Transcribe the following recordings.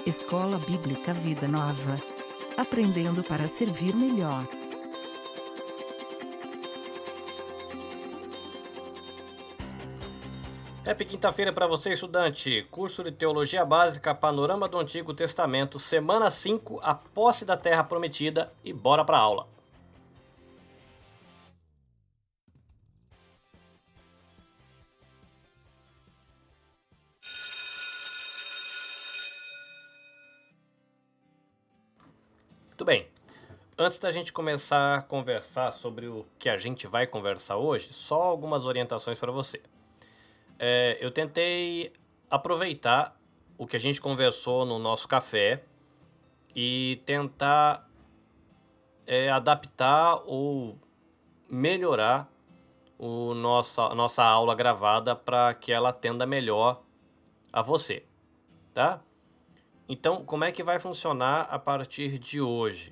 Escola Bíblica Vida Nova. Aprendendo para servir melhor. Happy quinta-feira para você, estudante. Curso de Teologia Básica, Panorama do Antigo Testamento, semana 5, a posse da Terra Prometida, e bora para a aula. Muito bem. Antes da gente começar a conversar sobre o que a gente vai conversar hoje, só algumas orientações para você. Eu tentei aproveitar o que a gente conversou no nosso café e tentar adaptar ou melhorar a nossa aula gravada para que ela atenda melhor a você, tá? Então, como é que vai funcionar a partir de hoje?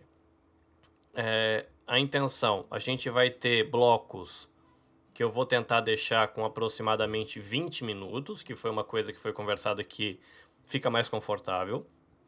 A intenção, a gente vai ter blocos que eu vou tentar deixar com aproximadamente 20 minutos, que foi uma coisa que foi conversada aqui, fica mais confortável.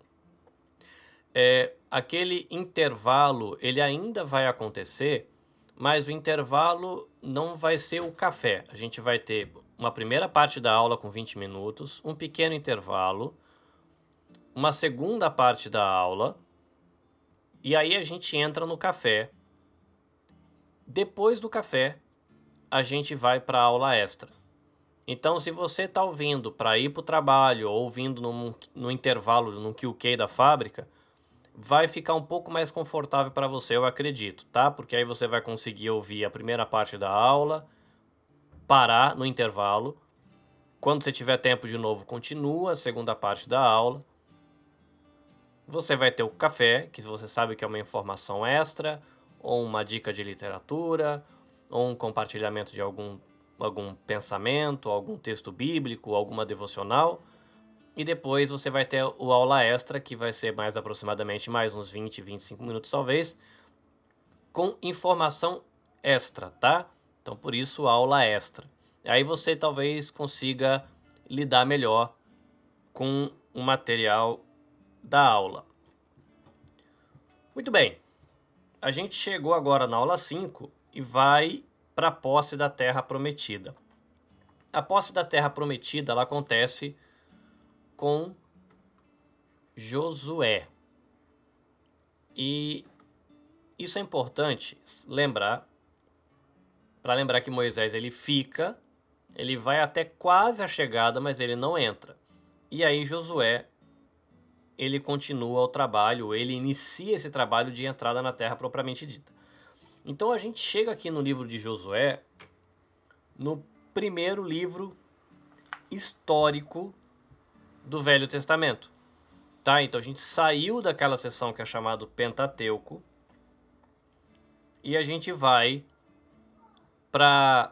Aquele intervalo, ele ainda vai acontecer, mas o intervalo não vai ser o café. A gente vai ter uma primeira parte da aula com 20 minutos, um pequeno intervalo, uma segunda parte da aula, e aí a gente entra no café. Depois do café, a gente vai para a aula extra. Então, se você está ouvindo para ir para o trabalho ou ouvindo no intervalo, no QQ da fábrica, vai ficar um pouco mais confortável para você, eu acredito, tá? Porque aí você vai conseguir ouvir a primeira parte da aula, parar no intervalo. Quando você tiver tempo de novo, continua a segunda parte da aula. Você vai ter o café, que você sabe que é uma informação extra, ou uma dica de literatura, ou um compartilhamento de algum pensamento, algum texto bíblico, alguma devocional. E depois você vai ter o aula extra, que vai ser mais aproximadamente mais uns 20, 25 minutos talvez, com informação extra, tá? Então por isso aula extra. Aí você talvez consiga lidar melhor com o material da aula. Muito bem, a gente chegou agora na aula 5 e vai para a posse da Terra Prometida. A posse da Terra Prometida ela acontece com Josué. E isso é importante lembrar, para lembrar que Moisés ele vai até quase a chegada, mas ele não entra. E aí Josué ele continua o trabalho, ele inicia esse trabalho de entrada na terra propriamente dita. Então a gente chega aqui no livro de Josué, no primeiro livro histórico do Velho Testamento. Tá? Então a gente saiu daquela seção que é chamado Pentateuco e a gente vai para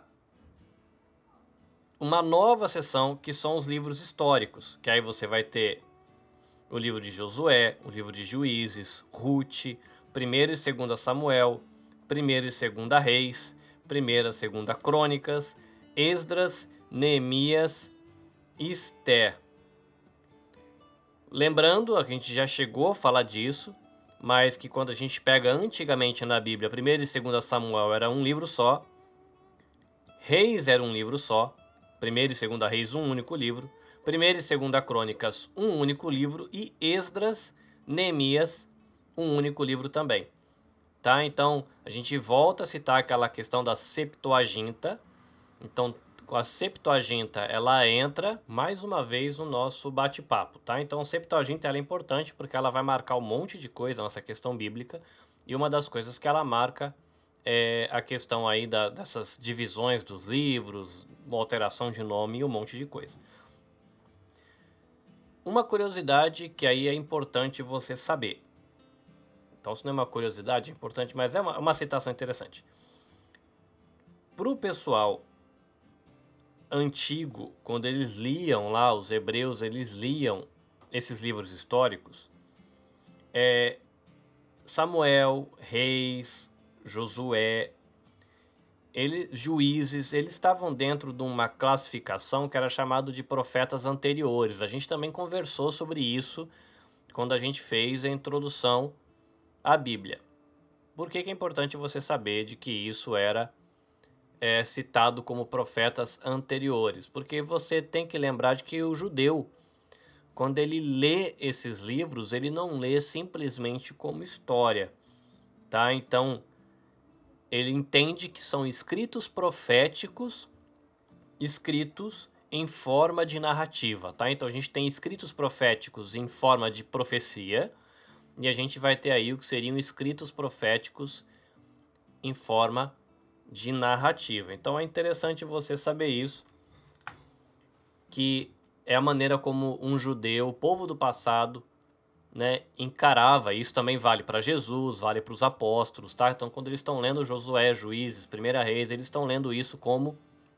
uma nova seção que são os livros históricos, que aí você vai ter o livro de Josué, o livro de Juízes, Rute, 1º e 2º Samuel, 1º e 2º Reis, 1ª e 2ª Crônicas, Esdras, Neemias e Esther. Lembrando, a gente já chegou a falar disso, mas que quando a gente pega antigamente na Bíblia, 1º e 2º Samuel era um livro só, Reis era um livro só, 1º e 2º Reis um único livro, 1ª e 2ª Crônicas, um único livro, e Esdras, Neemias, um único livro também. Tá? Então, a gente volta a citar aquela questão da Septuaginta. Então, com a Septuaginta, ela entra mais uma vez no nosso bate-papo. Tá? Então, a Septuaginta ela é importante porque ela vai marcar um monte de coisa na nossa questão bíblica, e uma das coisas que ela marca é a questão aí dessas divisões dos livros, uma alteração de nome e um monte de coisa. Uma curiosidade que aí é importante você saber. Então, se não é uma curiosidade, é importante, mas é uma citação interessante. Para o pessoal antigo, quando eles liam lá, os hebreus, eles liam esses livros históricos, Samuel, Reis, Josué, Juízes, eles estavam dentro de uma classificação que era chamado de profetas anteriores. A gente também conversou sobre isso quando a gente fez a introdução à Bíblia. Por que é importante você saber de que isso era citado como profetas anteriores? Porque você tem que lembrar de que o judeu, quando ele lê esses livros, ele não lê simplesmente como história, tá? Então, ele entende que são escritos proféticos, escritos em forma de narrativa, tá? Então, a gente tem escritos proféticos em forma de profecia, e a gente vai ter aí o que seriam escritos proféticos em forma de narrativa. Então, é interessante você saber isso, que é a maneira como um judeu, o povo do passado, né, encarava. Isso também vale para Jesus, vale para os apóstolos, tá? Então, quando eles estão lendo Josué, Juízes, Primeira Reis, eles estão lendo isso como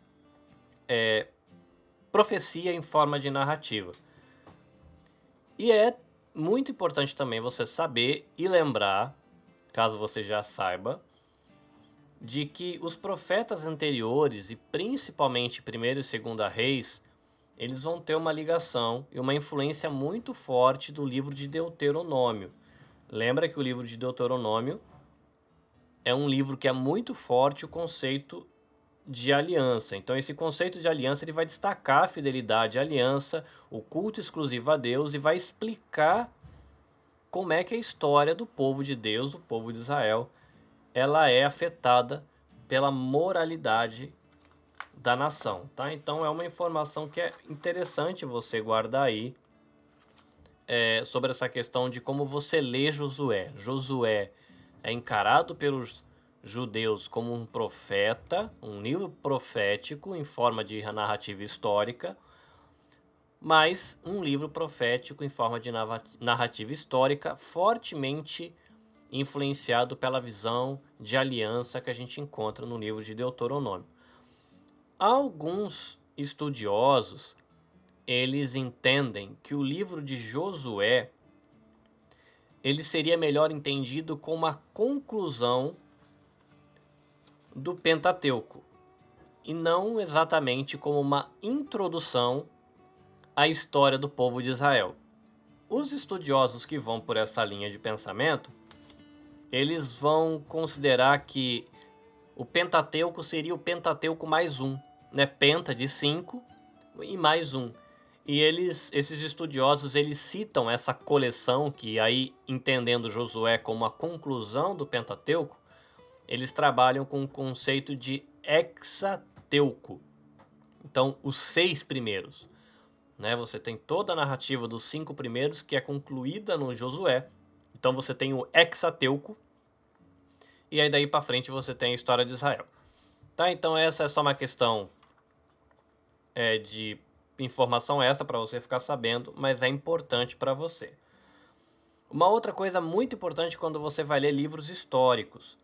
profecia em forma de narrativa. E é muito importante também você saber e lembrar, caso você já saiba, de que os profetas anteriores, e principalmente Primeira e Segunda Reis, eles vão ter uma ligação e uma influência muito forte do livro de Deuteronômio. Lembra que o livro de Deuteronômio é um livro que é muito forte o conceito de aliança. Então, esse conceito de aliança ele vai destacar a fidelidade à aliança, o culto exclusivo a Deus, e vai explicar como é que a história do povo de Deus, do povo de Israel, ela é afetada pela moralidade da nação, tá? Então é uma informação que é interessante você guardar aí sobre essa questão de como você lê Josué. Josué é encarado pelos judeus como um profeta, um livro profético em forma de narrativa histórica, mas um livro profético em forma de narrativa histórica fortemente influenciado pela visão de aliança que a gente encontra no livro de Deuteronômio. Alguns estudiosos, eles entendem que o livro de Josué ele seria melhor entendido como a conclusão do Pentateuco e não exatamente como uma introdução à história do povo de Israel. Os estudiosos que vão por essa linha de pensamento, eles vão considerar que o Pentateuco seria o Pentateuco mais um, né? Penta de 5 e mais um. E esses estudiosos, eles citam essa coleção que aí, entendendo Josué como a conclusão do Pentateuco, eles trabalham com o conceito de hexateuco. Então, os 6 primeiros, né? Você tem toda a narrativa dos 5 primeiros que é concluída no Josué. Então, você tem o hexateuco. E aí daí para frente você tem a história de Israel. Tá? Então essa é só uma questão de informação extra para você ficar sabendo, mas é importante para você. Uma outra coisa muito importante quando você vai ler livros históricos.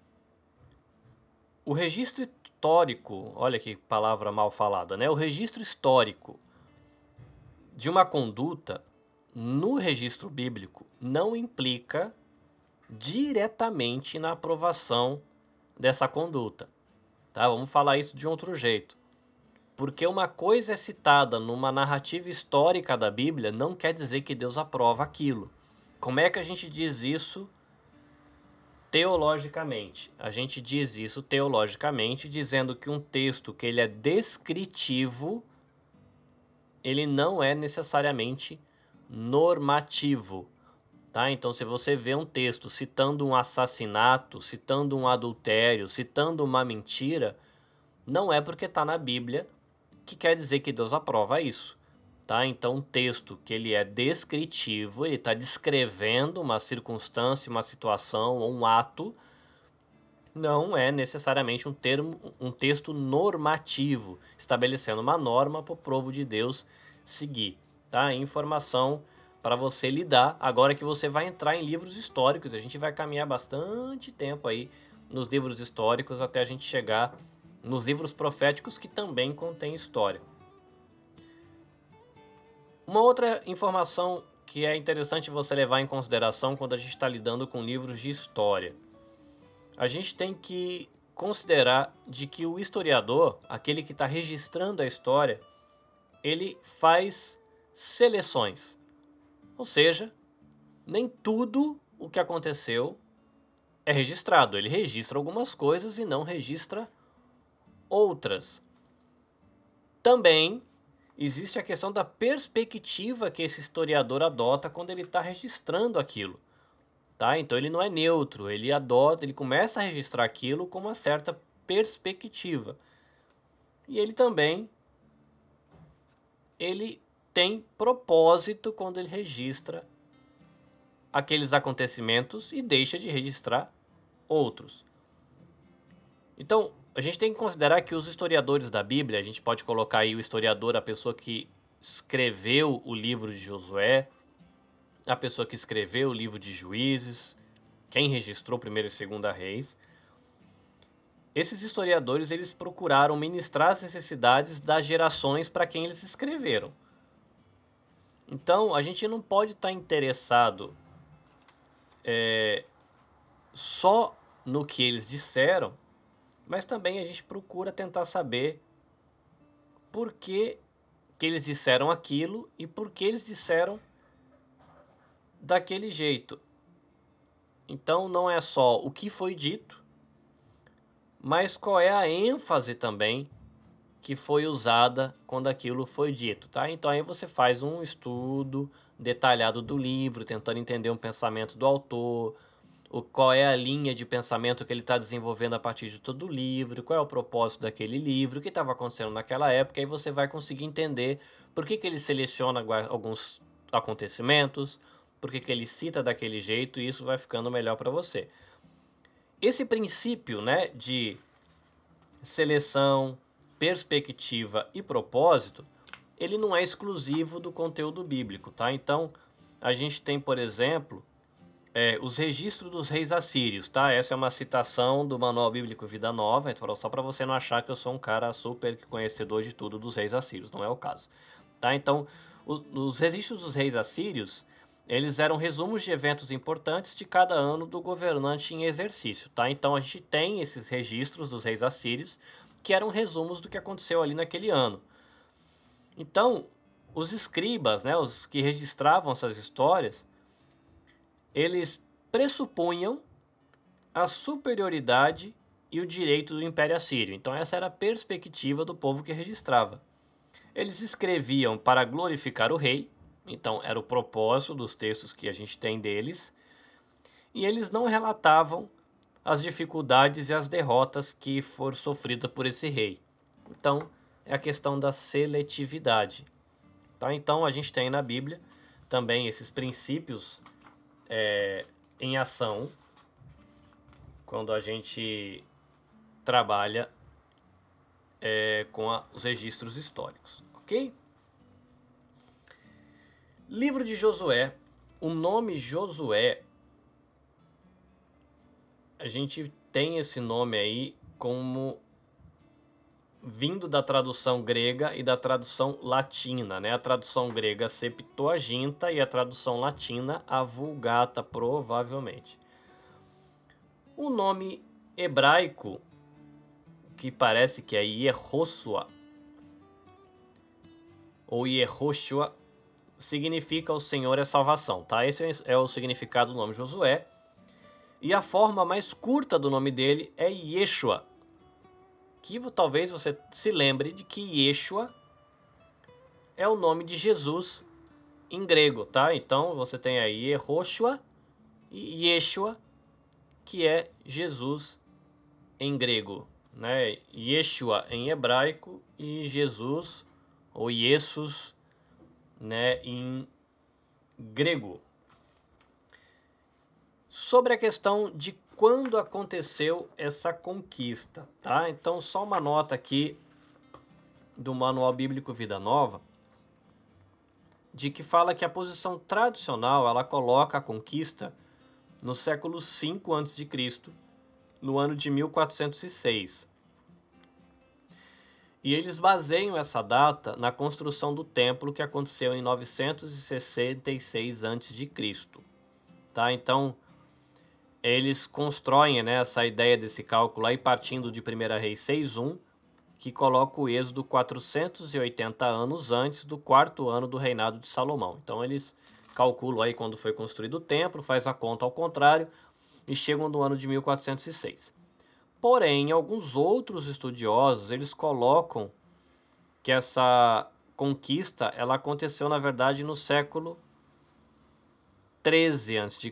O registro histórico, olha que palavra mal falada, né? O registro histórico de uma conduta no registro bíblico não implica diretamente na aprovação dessa conduta. Tá? Vamos falar isso de outro jeito. Porque uma coisa é citada numa narrativa histórica da Bíblia não quer dizer que Deus aprova aquilo. Como é que a gente diz isso teologicamente? A gente diz isso teologicamente dizendo que um texto que ele é descritivo, ele não é necessariamente normativo. Tá? Então, se você vê um texto citando um assassinato, citando um adultério, citando uma mentira, não é porque está na Bíblia que quer dizer que Deus aprova isso. Tá? Então, um texto que ele é descritivo, ele está descrevendo uma circunstância, uma situação ou um ato, não é necessariamente um texto normativo, estabelecendo uma norma para o povo de Deus seguir. Tá? Informação para você lidar, agora que você vai entrar em livros históricos. A gente vai caminhar bastante tempo aí nos livros históricos até a gente chegar nos livros proféticos que também contêm história. Uma outra informação que é interessante você levar em consideração quando a gente está lidando com livros de história. A gente tem que considerar de que o historiador, aquele que está registrando a história, ele faz seleções. Ou seja, nem tudo o que aconteceu é registrado. Ele registra algumas coisas e não registra outras. Também existe a questão da perspectiva que esse historiador adota quando ele está registrando aquilo. Tá? Então ele não é neutro, ele começa a registrar aquilo com uma certa perspectiva. E ele também tem propósito quando ele registra aqueles acontecimentos e deixa de registrar outros. Então, a gente tem que considerar que os historiadores da Bíblia, a gente pode colocar aí o historiador, a pessoa que escreveu o livro de Josué, a pessoa que escreveu o livro de Juízes, quem registrou 1º e 2º Reis. Esses historiadores, eles procuraram ministrar as necessidades das gerações para quem eles escreveram. Então, a gente não pode estar interessado só no que eles disseram, mas também a gente procura tentar saber por que eles disseram aquilo e por que eles disseram daquele jeito. Então não é só o que foi dito, mas qual é a ênfase também que foi usada quando aquilo foi dito, tá? Então aí você faz um estudo detalhado do livro, tentando entender o pensamento do autor, qual é a linha de pensamento que ele está desenvolvendo a partir de todo o livro, qual é o propósito daquele livro, o que estava acontecendo naquela época, aí você vai conseguir entender por que ele seleciona alguns acontecimentos, por que ele cita daquele jeito, e isso vai ficando melhor para você. Esse princípio, né, de seleção, perspectiva e propósito, ele não é exclusivo do conteúdo bíblico, tá? Então, a gente tem, por exemplo, os registros dos reis assírios, tá? Essa é uma citação do Manual Bíblico Vida Nova, então, só para você não achar que eu sou um cara super conhecedor de tudo dos reis assírios, não é o caso, tá? Então, os registros dos reis assírios, eles eram resumos de eventos importantes de cada ano do governante em exercício, tá? Então, a gente tem esses registros dos reis assírios, que eram resumos do que aconteceu ali naquele ano. Então, os escribas, né, os que registravam essas histórias, eles pressupunham a superioridade e o direito do Império Assírio. Então essa era a perspectiva do povo que registrava. Eles escreviam para glorificar o rei, então era o propósito dos textos que a gente tem deles, e eles não relatavam as dificuldades e as derrotas que foram sofridas por esse rei. Então é a questão da seletividade. Tá? Então a gente tem na Bíblia também esses princípios em ação quando a gente trabalha com os registros históricos, ok? Livro de Josué. O nome Josué, a gente tem esse nome aí como vindo da tradução grega e da tradução latina, né? A tradução grega Septuaginta e a tradução latina a Vulgata, provavelmente. O nome hebraico, que parece que é Yehoshua, ou Yehoshua, significa o Senhor é salvação, tá? Esse é o significado do nome Josué. E a forma mais curta do nome dele é Yeshua, que talvez você se lembre de que Yeshua é o nome de Jesus em grego, tá? Então você tem aí Yehoshua e Yeshua, que é Jesus em grego, né? Yeshua em hebraico e Jesus ou Jesus, né, em grego. Sobre a questão de quando aconteceu essa conquista, tá? Então, só uma nota aqui do Manual Bíblico Vida Nova, de que fala que a posição tradicional, ela coloca a conquista no século V a.C., no ano de 1406. E eles baseiam essa data na construção do templo que aconteceu em 966 a.C., tá? Então, eles constroem, né, essa ideia desse cálculo aí partindo de 1 Reis 6.1, que coloca o êxodo 480 anos antes do 4º ano do reinado de Salomão. Então eles calculam aí quando foi construído o templo, faz a conta ao contrário e chegam no ano de 1406. Porém, alguns outros estudiosos, eles colocam que essa conquista ela aconteceu, na verdade, no século 13 a.C.,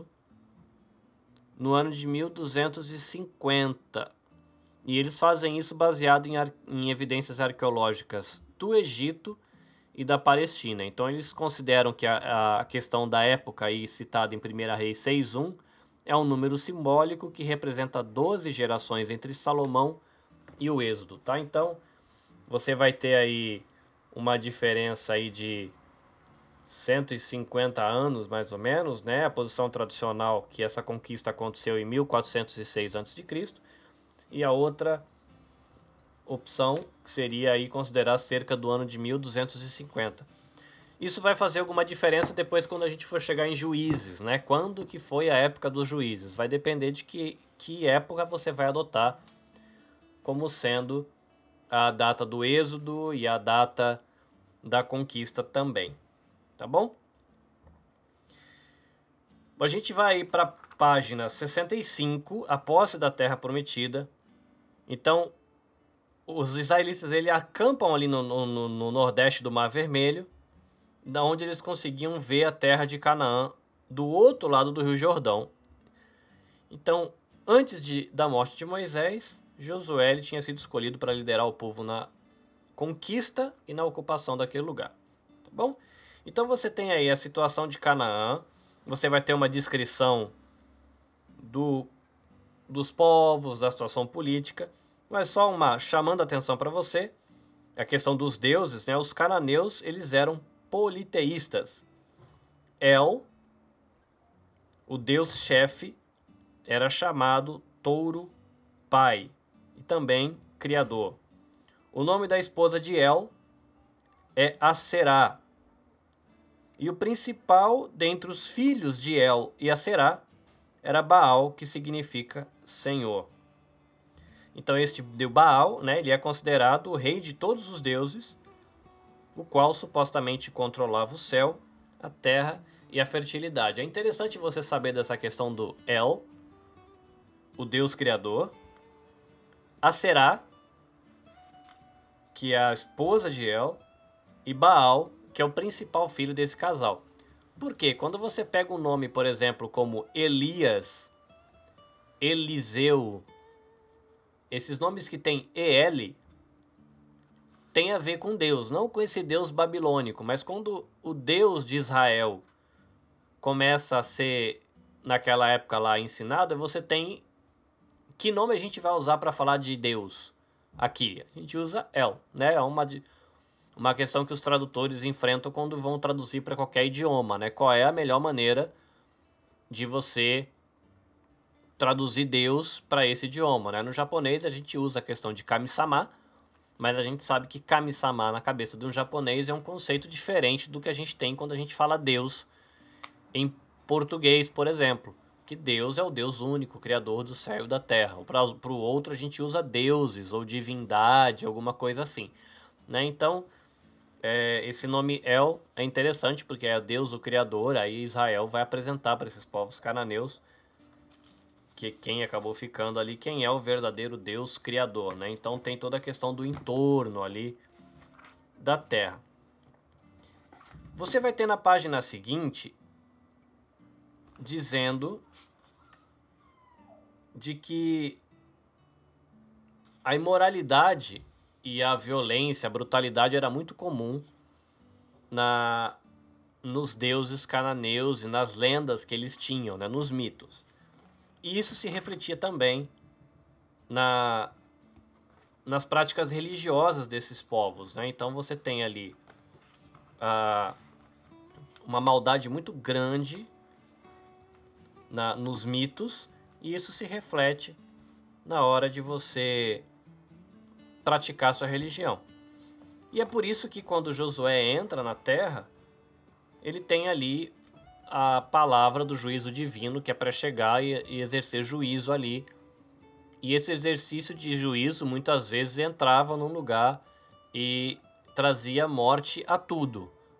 no ano de 1250. E eles fazem isso baseado em evidências arqueológicas do Egito e da Palestina. Então eles consideram que a questão da época aí citada em 1 Reis 6:1 é um número simbólico que representa 12 gerações entre Salomão e o Êxodo, tá? Então você vai ter aí uma diferença aí de 150 anos, mais ou menos, né? A posição tradicional que essa conquista aconteceu em 1406 a.C. e a outra opção que seria aí considerar cerca do ano de 1250. Isso vai fazer alguma diferença depois quando a gente for chegar em Juízes, né? Quando que foi a época dos Juízes? Vai depender de que época você vai adotar como sendo a data do Êxodo e a data da conquista também, tá bom? A gente vai para a página 65, a posse da Terra Prometida. Então, os israelitas eles acampam ali no nordeste do Mar Vermelho, da onde eles conseguiam ver a terra de Canaã do outro lado do Rio Jordão. Então, antes da morte de Moisés, Josué ele tinha sido escolhido para liderar o povo na conquista e na ocupação daquele lugar. Tá bom? Então você tem aí a situação de Canaã, você vai ter uma descrição dos povos, da situação política, mas só chamando a atenção para você, a questão dos deuses, né? Os cananeus eles eram politeístas. El, o deus-chefe, era chamado Touro Pai e também Criador. O nome da esposa de El é Aserá. E o principal dentre os filhos de El e Aserá era Baal, que significa Senhor. Então este deus Baal, né, ele é considerado o rei de todos os deuses, o qual supostamente controlava o céu, a terra e a fertilidade. É interessante você saber dessa questão do El, o Deus Criador, Aserá, que é a esposa de El, e Baal, que é o principal filho desse casal. Por quê? Quando você pega um nome, por exemplo, como Elias, Eliseu, esses nomes que tem EL, tem a ver com Deus, não com esse Deus babilônico, mas quando o Deus de Israel começa a ser, naquela época lá, ensinado, você tem... Que nome a gente vai usar para falar de Deus aqui? A gente usa El, né? É uma questão que os tradutores enfrentam quando vão traduzir para qualquer idioma, né? Qual é a melhor maneira de você traduzir Deus para esse idioma, né? No japonês a gente usa a questão de kami-sama, mas a gente sabe que kami-sama na cabeça de um japonês é um conceito diferente do que a gente tem quando a gente fala Deus em português, por exemplo. Que Deus é o Deus único, criador do céu e da terra. Para o outro a gente usa deuses ou divindade, alguma coisa assim, né? Então, esse nome El é interessante porque é Deus o Criador. Aí Israel vai apresentar para esses povos cananeus que quem acabou ficando ali, quem é o verdadeiro Deus Criador, né? Então tem toda a questão do entorno ali da terra. Você vai ter na página seguinte dizendo de que a imoralidade e a violência, a brutalidade era muito comum nos deuses cananeus e nas lendas que eles tinham, né, nos mitos. E isso se refletia também nas práticas religiosas desses povos, né? Então você tem ali uma maldade muito grande nos mitos, e isso se reflete na hora de você praticar sua religião. E é por isso que quando Josué entra na terra, ele tem ali a palavra do juízo divino, que é para chegar e exercer juízo ali. E esse exercício de juízo muitas vezes entrava num lugar e trazia morte a tudo.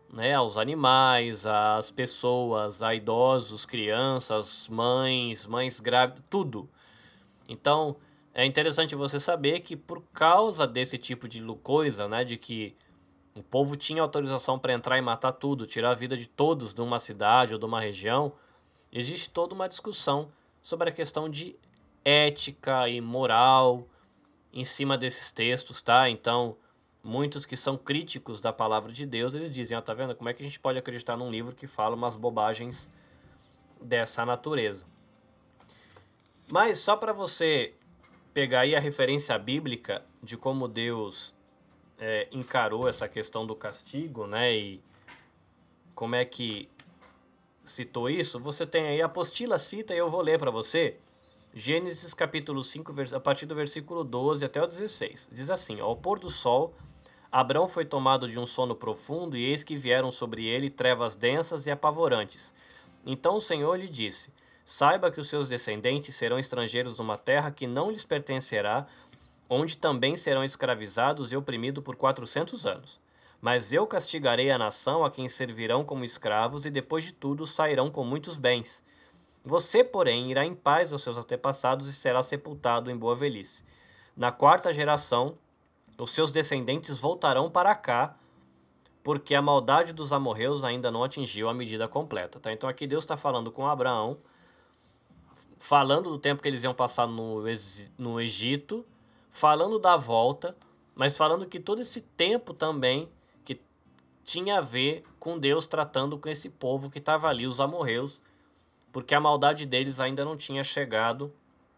né, aos animais, às pessoas, a idosos, crianças, mães grávidas, tudo. Então, é interessante você saber que por causa desse tipo de coisa, né, de que o povo tinha autorização para entrar e matar tudo, tirar a vida de todos de uma cidade ou de uma região, existe toda uma discussão sobre a questão de ética e moral em cima desses textos, tá? Então, muitos que são críticos da palavra de Deus, eles dizem, ó, tá vendo? Como é que a gente pode acreditar num livro que fala umas bobagens dessa natureza? Mas só para você pegar aí a referência bíblica de como Deus encarou essa questão do castigo, né? E como é que citou isso, você tem aí a apostila cita e eu vou ler para você. Gênesis capítulo 5, a partir do versículo 12 até o 16. Diz assim: Ao pôr do sol, Abrão foi tomado de um sono profundo, e eis que vieram sobre ele trevas densas e apavorantes. Então o Senhor lhe disse: Saiba que os seus descendentes serão estrangeiros numa terra que não lhes pertencerá, onde também serão escravizados e oprimidos por 400 anos. Mas eu castigarei a nação a quem servirão como escravos, e depois de tudo sairão com muitos bens. Você, porém, irá em paz aos seus antepassados e será sepultado em boa velhice. Na quarta geração, os seus descendentes voltarão para cá, porque a maldade dos amorreus ainda não atingiu a medida completa. Tá? Então aqui Deus está falando com Abraão, falando do tempo que eles iam passar no Egito, falando da volta, mas falando que todo esse tempo também que tinha a ver com Deus tratando com esse povo que estava ali, os amorreus, porque a maldade deles ainda não tinha chegado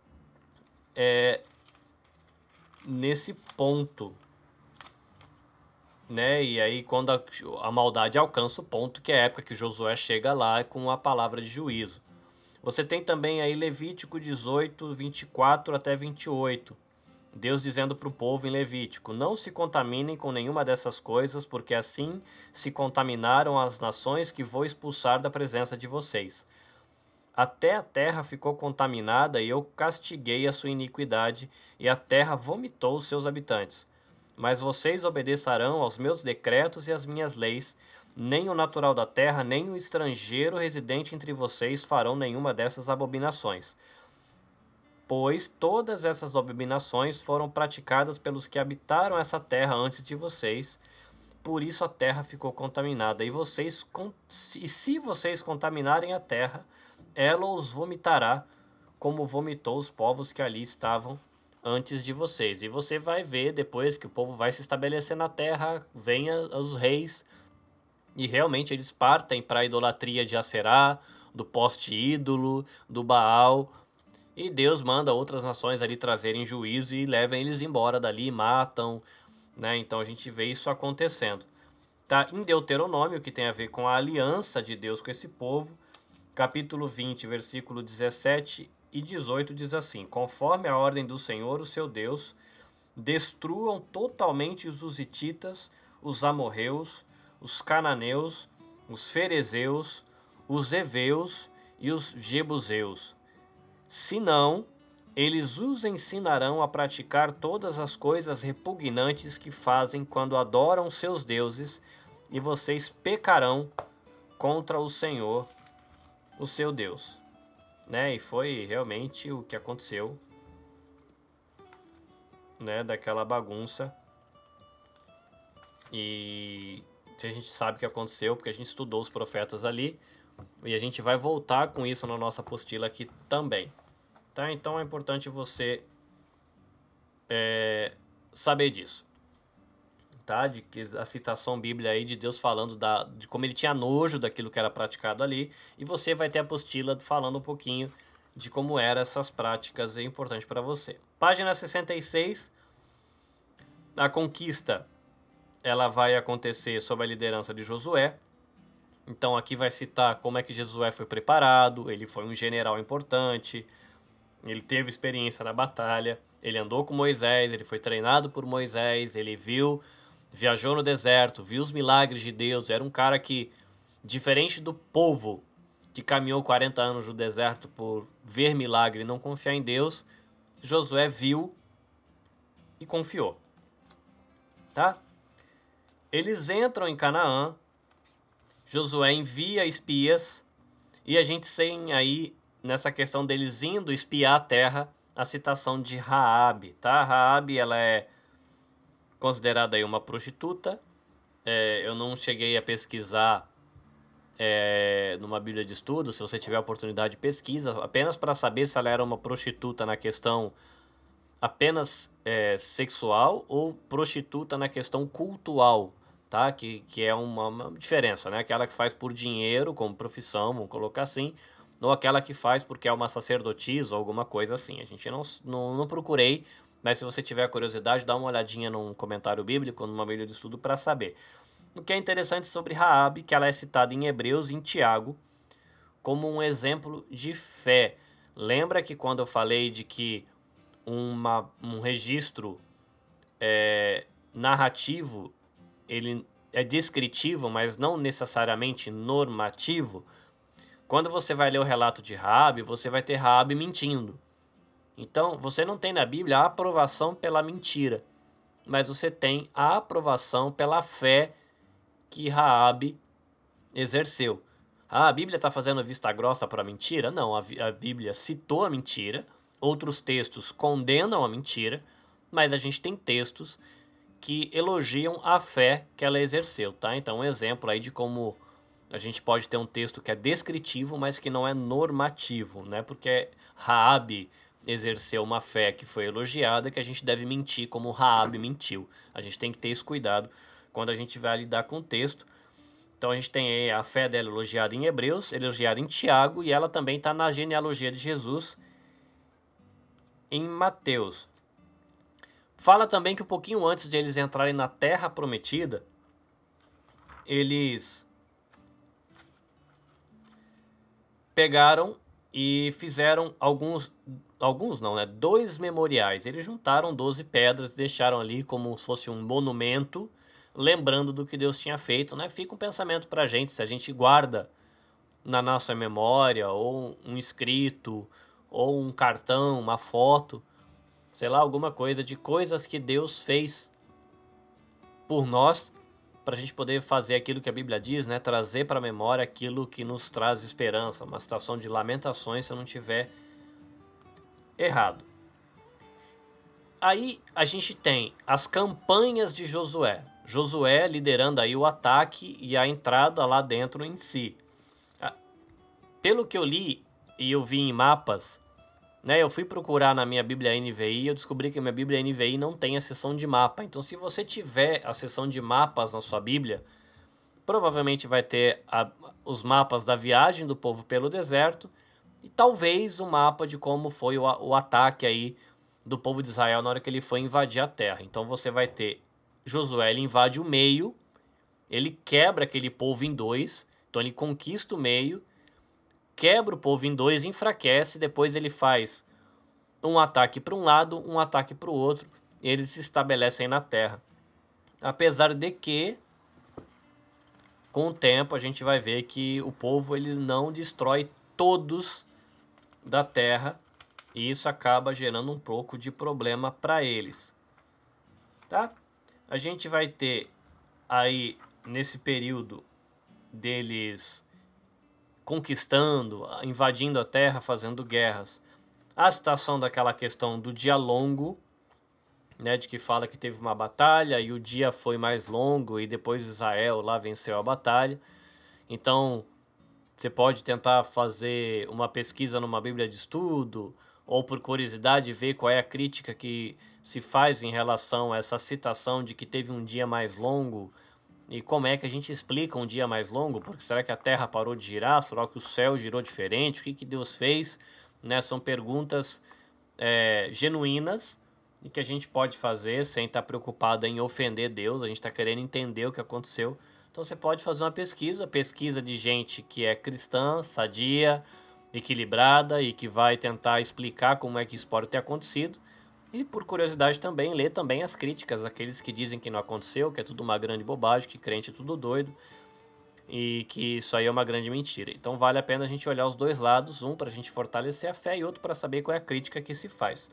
nesse ponto, né? E aí quando a maldade alcança o ponto, que é a época que Josué chega lá com a palavra de juízo. Você tem também aí Levítico 18, 24 até 28. Deus dizendo para o povo em Levítico: Não se contaminem com nenhuma dessas coisas, porque assim se contaminaram as nações que vou expulsar da presença de vocês. Até a terra ficou contaminada e eu castiguei a sua iniquidade, e a terra vomitou os seus habitantes. Mas vocês obedecerão aos meus decretos e às minhas leis. Nem o natural da terra, nem o estrangeiro residente entre vocês farão nenhuma dessas abominações. Pois todas essas abominações foram praticadas pelos que habitaram essa terra antes de vocês. Por isso a terra ficou contaminada. E se vocês contaminarem a terra, ela os vomitará, como vomitou os povos que ali estavam antes de vocês. E você vai ver depois que o povo vai se estabelecer na terra, vem os reis, e realmente eles partem para a idolatria de Aserá, do poste ídolo, do Baal, e Deus manda outras nações ali trazerem juízo e levem eles embora dali, matam, né? Então a gente vê isso acontecendo. Tá? Em Deuteronômio, que tem a ver com a aliança de Deus com esse povo, capítulo 20, versículo 17 e 18 diz assim: Conforme a ordem do Senhor, o seu Deus, destruam totalmente os hititas, os amorreus, os cananeus, os ferezeus, os heveus e os jebuseus. Senão, eles os ensinarão a praticar todas as coisas repugnantes que fazem quando adoram seus deuses, e vocês pecarão contra o Senhor, o seu Deus. Né? E foi realmente o que aconteceu, né? Daquela bagunça. E a gente sabe o que aconteceu, porque a gente estudou os profetas ali. E a gente vai voltar com isso na nossa apostila aqui também. Tá? Então é importante você saber disso. Tá? De que a citação bíblica aí de Deus falando de como ele tinha nojo daquilo que era praticado ali. E você vai ter a apostila falando um pouquinho de como eram essas práticas, é importante para você. Página 66. A conquista ela vai acontecer sob a liderança de Josué. Então aqui vai citar como é que Josué foi preparado. Ele foi um general importante, ele teve experiência na batalha, ele andou com Moisés, ele foi treinado por Moisés, ele viajou no deserto, viu os milagres de Deus. Era um cara que, diferente do povo que caminhou 40 anos no deserto por ver milagre e não confiar em Deus, Josué viu e confiou. Tá? Eles entram em Canaã Josué envia espias e a gente tem aí, nessa questão deles indo espiar a terra, a citação de Raabe, tá? Raabe, ela é considerada aí uma prostituta. Eu não cheguei a pesquisar numa Bíblia de Estudo. Se você tiver a oportunidade, pesquisa, apenas para saber se ela era uma prostituta na questão apenas sexual ou prostituta na questão cultural, tá? Que é uma diferença, né? Aquela que faz por dinheiro, como profissão, vamos colocar assim, ou aquela que faz porque é uma sacerdotisa ou alguma coisa assim. A gente não procurei, mas se você tiver curiosidade, dá uma olhadinha num comentário bíblico, numa Bíblia de Estudo para saber. O que é interessante sobre Raabe, que ela é citada em Hebreus e em Tiago como um exemplo de fé. Lembra que quando eu falei de que um registro narrativo, ele é descritivo, mas não necessariamente normativo? Quando você vai ler o relato de Raabe, você vai ter Raabe mentindo. Então, você não tem na Bíblia a aprovação pela mentira, mas você tem a aprovação pela fé que Raabe exerceu. A Bíblia está fazendo vista grossa para a mentira? Não, a Bíblia citou a mentira, outros textos condenam a mentira, mas a gente tem textos que elogiam a fé que ela exerceu, tá? Então, um exemplo aí de como a gente pode ter um texto que é descritivo, mas que não é normativo, né? Porque Raabe exerceu uma fé que foi elogiada, que a gente deve mentir como Raabe mentiu. A gente tem que ter esse cuidado quando a gente vai lidar com o texto. Então a gente tem a fé dela elogiada em Hebreus, elogiada em Tiago, e ela também está na genealogia de Jesus em Mateus. Fala também que um pouquinho antes de eles entrarem na Terra Prometida, eles pegaram e fizeram dois memoriais. Eles juntaram 12 pedras, deixaram ali como se fosse um monumento, lembrando do que Deus tinha feito, né? Fica um pensamento pra gente, se a gente guarda na nossa memória, ou um escrito, ou um cartão, uma foto, sei lá, alguma coisa de coisas que Deus fez por nós, para a gente poder fazer aquilo que a Bíblia diz, né? Trazer para a memória aquilo que nos traz esperança, uma situação de lamentações, se eu não tiver errado. Aí a gente tem as campanhas de Josué. Josué liderando aí o ataque e a entrada lá dentro em si. Pelo que eu li e eu vi em mapas, né, eu fui procurar na minha Bíblia NVI e eu descobri que a minha Bíblia NVI não tem a seção de mapa. Então, se você tiver a seção de mapas na sua Bíblia, provavelmente vai ter os mapas da viagem do povo pelo deserto e talvez o mapa de como foi o ataque aí do povo de Israel na hora que ele foi invadir a terra. Então, você vai ter Josué, ele invade o meio, ele quebra aquele povo em dois, então ele conquista o meio, quebra o povo em dois, enfraquece, depois ele faz um ataque para um lado, um ataque para o outro, e eles se estabelecem na terra. Apesar de que, com o tempo, a gente vai ver que o povo ele não destrói todos da terra, e isso acaba gerando um pouco de problema para eles. Tá? A gente vai ter aí, nesse período deles conquistando, invadindo a terra, fazendo guerras, a citação daquela questão do dia longo, né, de que fala que teve uma batalha e o dia foi mais longo e depois Israel lá venceu a batalha. Então, você pode tentar fazer uma pesquisa numa Bíblia de Estudo ou por curiosidade ver qual é a crítica que se faz em relação a essa citação de que teve um dia mais longo. E como é que a gente explica um dia mais longo? Porque será que a Terra parou de girar? Será que o céu girou diferente? O que Deus fez? Né? São perguntas genuínas e que a gente pode fazer sem estar preocupado em ofender Deus. A gente está querendo entender o que aconteceu. Então você pode fazer uma pesquisa de gente que é cristã, sadia, equilibrada e que vai tentar explicar como é que isso pode ter acontecido. E por curiosidade também, ler também as críticas, aqueles que dizem que não aconteceu, que é tudo uma grande bobagem, que crente é tudo doido e que isso aí é uma grande mentira. Então vale a pena a gente olhar os dois lados, um para a gente fortalecer a fé e outro para saber qual é a crítica que se faz.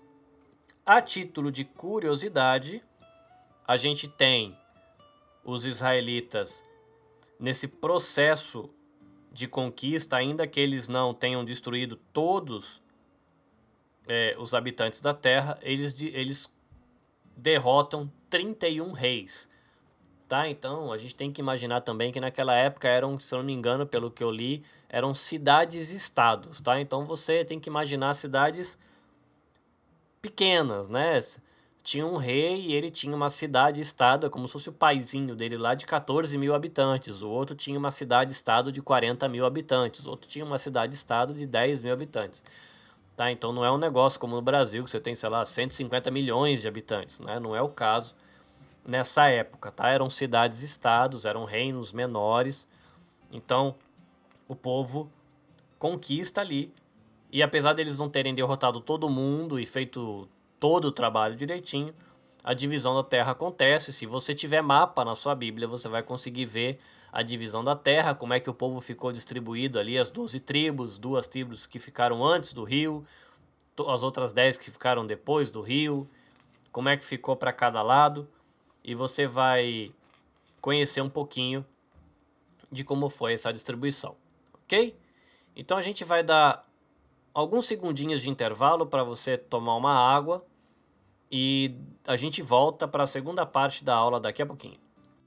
A título de curiosidade, a gente tem os israelitas nesse processo de conquista, ainda que eles não tenham destruído todos os habitantes da terra, eles derrotam 31 reis. Tá? Então, a gente tem que imaginar também que naquela época eram, se eu não me engano, pelo que eu li, eram cidades-estados, tá? Então, você tem que imaginar cidades pequenas, né? Tinha um rei e ele tinha uma cidade-estado, é como se fosse o paizinho dele lá, de 14 mil habitantes. O outro tinha uma cidade-estado de 40 mil habitantes. O outro tinha uma cidade-estado de 10 mil habitantes. Tá? Então, não é um negócio como no Brasil, que você tem, sei lá, 150 milhões de habitantes, né? Não é o caso nessa época, tá? Eram cidades-estados, eram reinos menores. Então, o povo conquista ali. E apesar deles não terem derrotado todo mundo e feito todo o trabalho direitinho, a divisão da terra acontece. Se você tiver mapa na sua Bíblia, você vai conseguir ver a divisão da terra, como é que o povo ficou distribuído ali, as 12 tribos, 2 tribos que ficaram antes do rio, as outras 10 que ficaram depois do rio, como é que ficou para cada lado. E você vai conhecer um pouquinho de como foi essa distribuição, ok? Então a gente vai dar alguns segundinhos de intervalo para você tomar uma água e a gente volta para a segunda parte da aula daqui a pouquinho.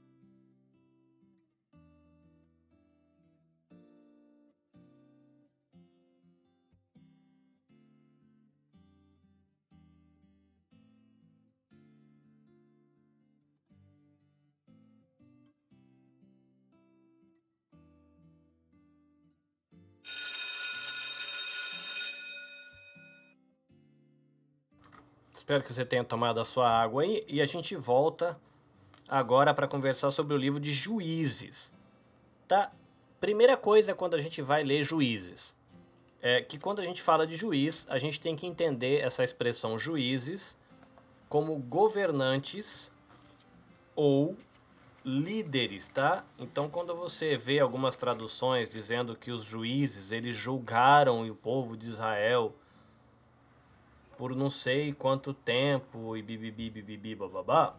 Espero que você tenha tomado a sua água aí e a gente volta agora para conversar sobre o livro de Juízes. Tá? Primeira coisa é quando a gente vai ler Juízes. É que quando a gente fala de juiz, a gente tem que entender essa expressão juízes como governantes ou líderes, tá? Então, quando você vê algumas traduções dizendo que os juízes, eles julgaram o povo de Israel por não sei quanto tempo e bibibi, bababá,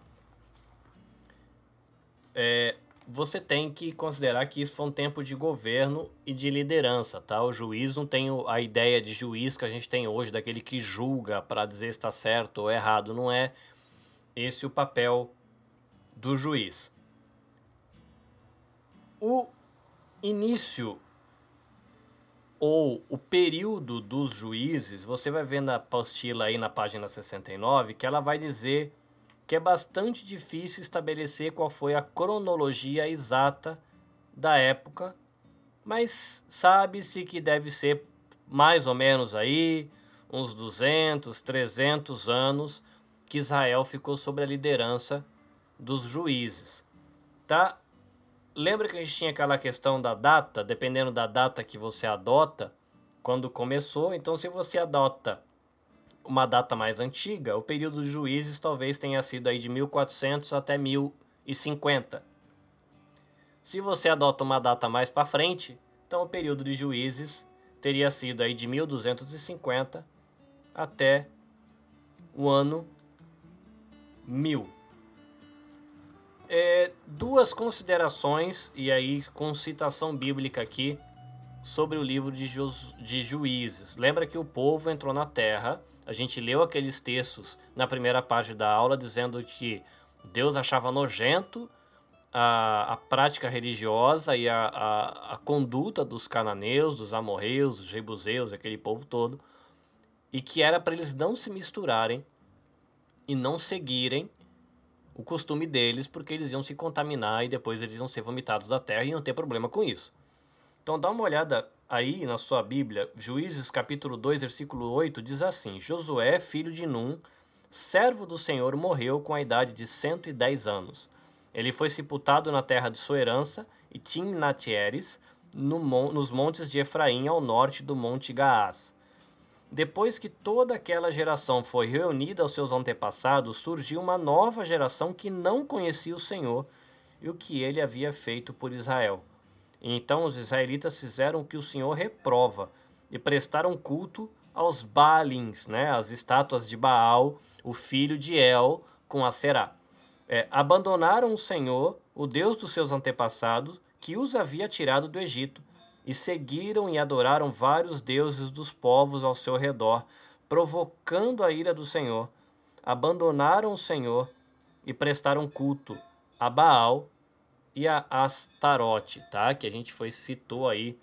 você tem que considerar que isso foi um tempo de governo e de liderança, tá? O juiz não tem a ideia de juiz que a gente tem hoje, daquele que julga para dizer se está certo ou errado. Não é esse o papel do juiz. O início ou o período dos juízes, você vai ver na apostila aí na página 69 que ela vai dizer que é bastante difícil estabelecer qual foi a cronologia exata da época, mas sabe-se que deve ser mais ou menos aí uns 200, 300 anos que Israel ficou sob a liderança dos juízes, tá? Lembra que a gente tinha aquela questão da data, dependendo da data que você adota, quando começou? Então, se você adota uma data mais antiga, o período de juízes talvez tenha sido aí de 1400 até 1050. Se você adota uma data mais para frente, então o período de juízes teria sido aí de 1250 até o ano 1000. Duas considerações, e aí com citação bíblica aqui, sobre o livro de Juízes. Lembra que o povo entrou na terra, a gente leu aqueles textos na primeira parte da aula dizendo que Deus achava nojento a prática religiosa e a conduta dos cananeus, dos amorreus, dos jebuseus, aquele povo todo, e que era para eles não se misturarem e não seguirem o costume deles, porque eles iam se contaminar e depois eles iam ser vomitados da terra e iam ter problema com isso. Então dá uma olhada aí na sua Bíblia, Juízes capítulo 2, versículo 8, diz assim: Josué, filho de Num, servo do Senhor, morreu com a idade de 110 anos. Ele foi sepultado na terra de sua herança, e Timnat-Heres, nos montes de Efraim, ao norte do monte Gaás. Depois que toda aquela geração foi reunida aos seus antepassados, surgiu uma nova geração que não conhecia o Senhor e o que ele havia feito por Israel. E então os israelitas fizeram o que o Senhor reprova e prestaram culto aos Baalins, né, as estátuas de Baal, o filho de El, com Aserá. Abandonaram o Senhor, o Deus dos seus antepassados, que os havia tirado do Egito, e seguiram e adoraram vários deuses dos povos ao seu redor, provocando a ira do Senhor. Abandonaram o Senhor e prestaram culto a Baal e a Astarote, tá? Que a gente citou aí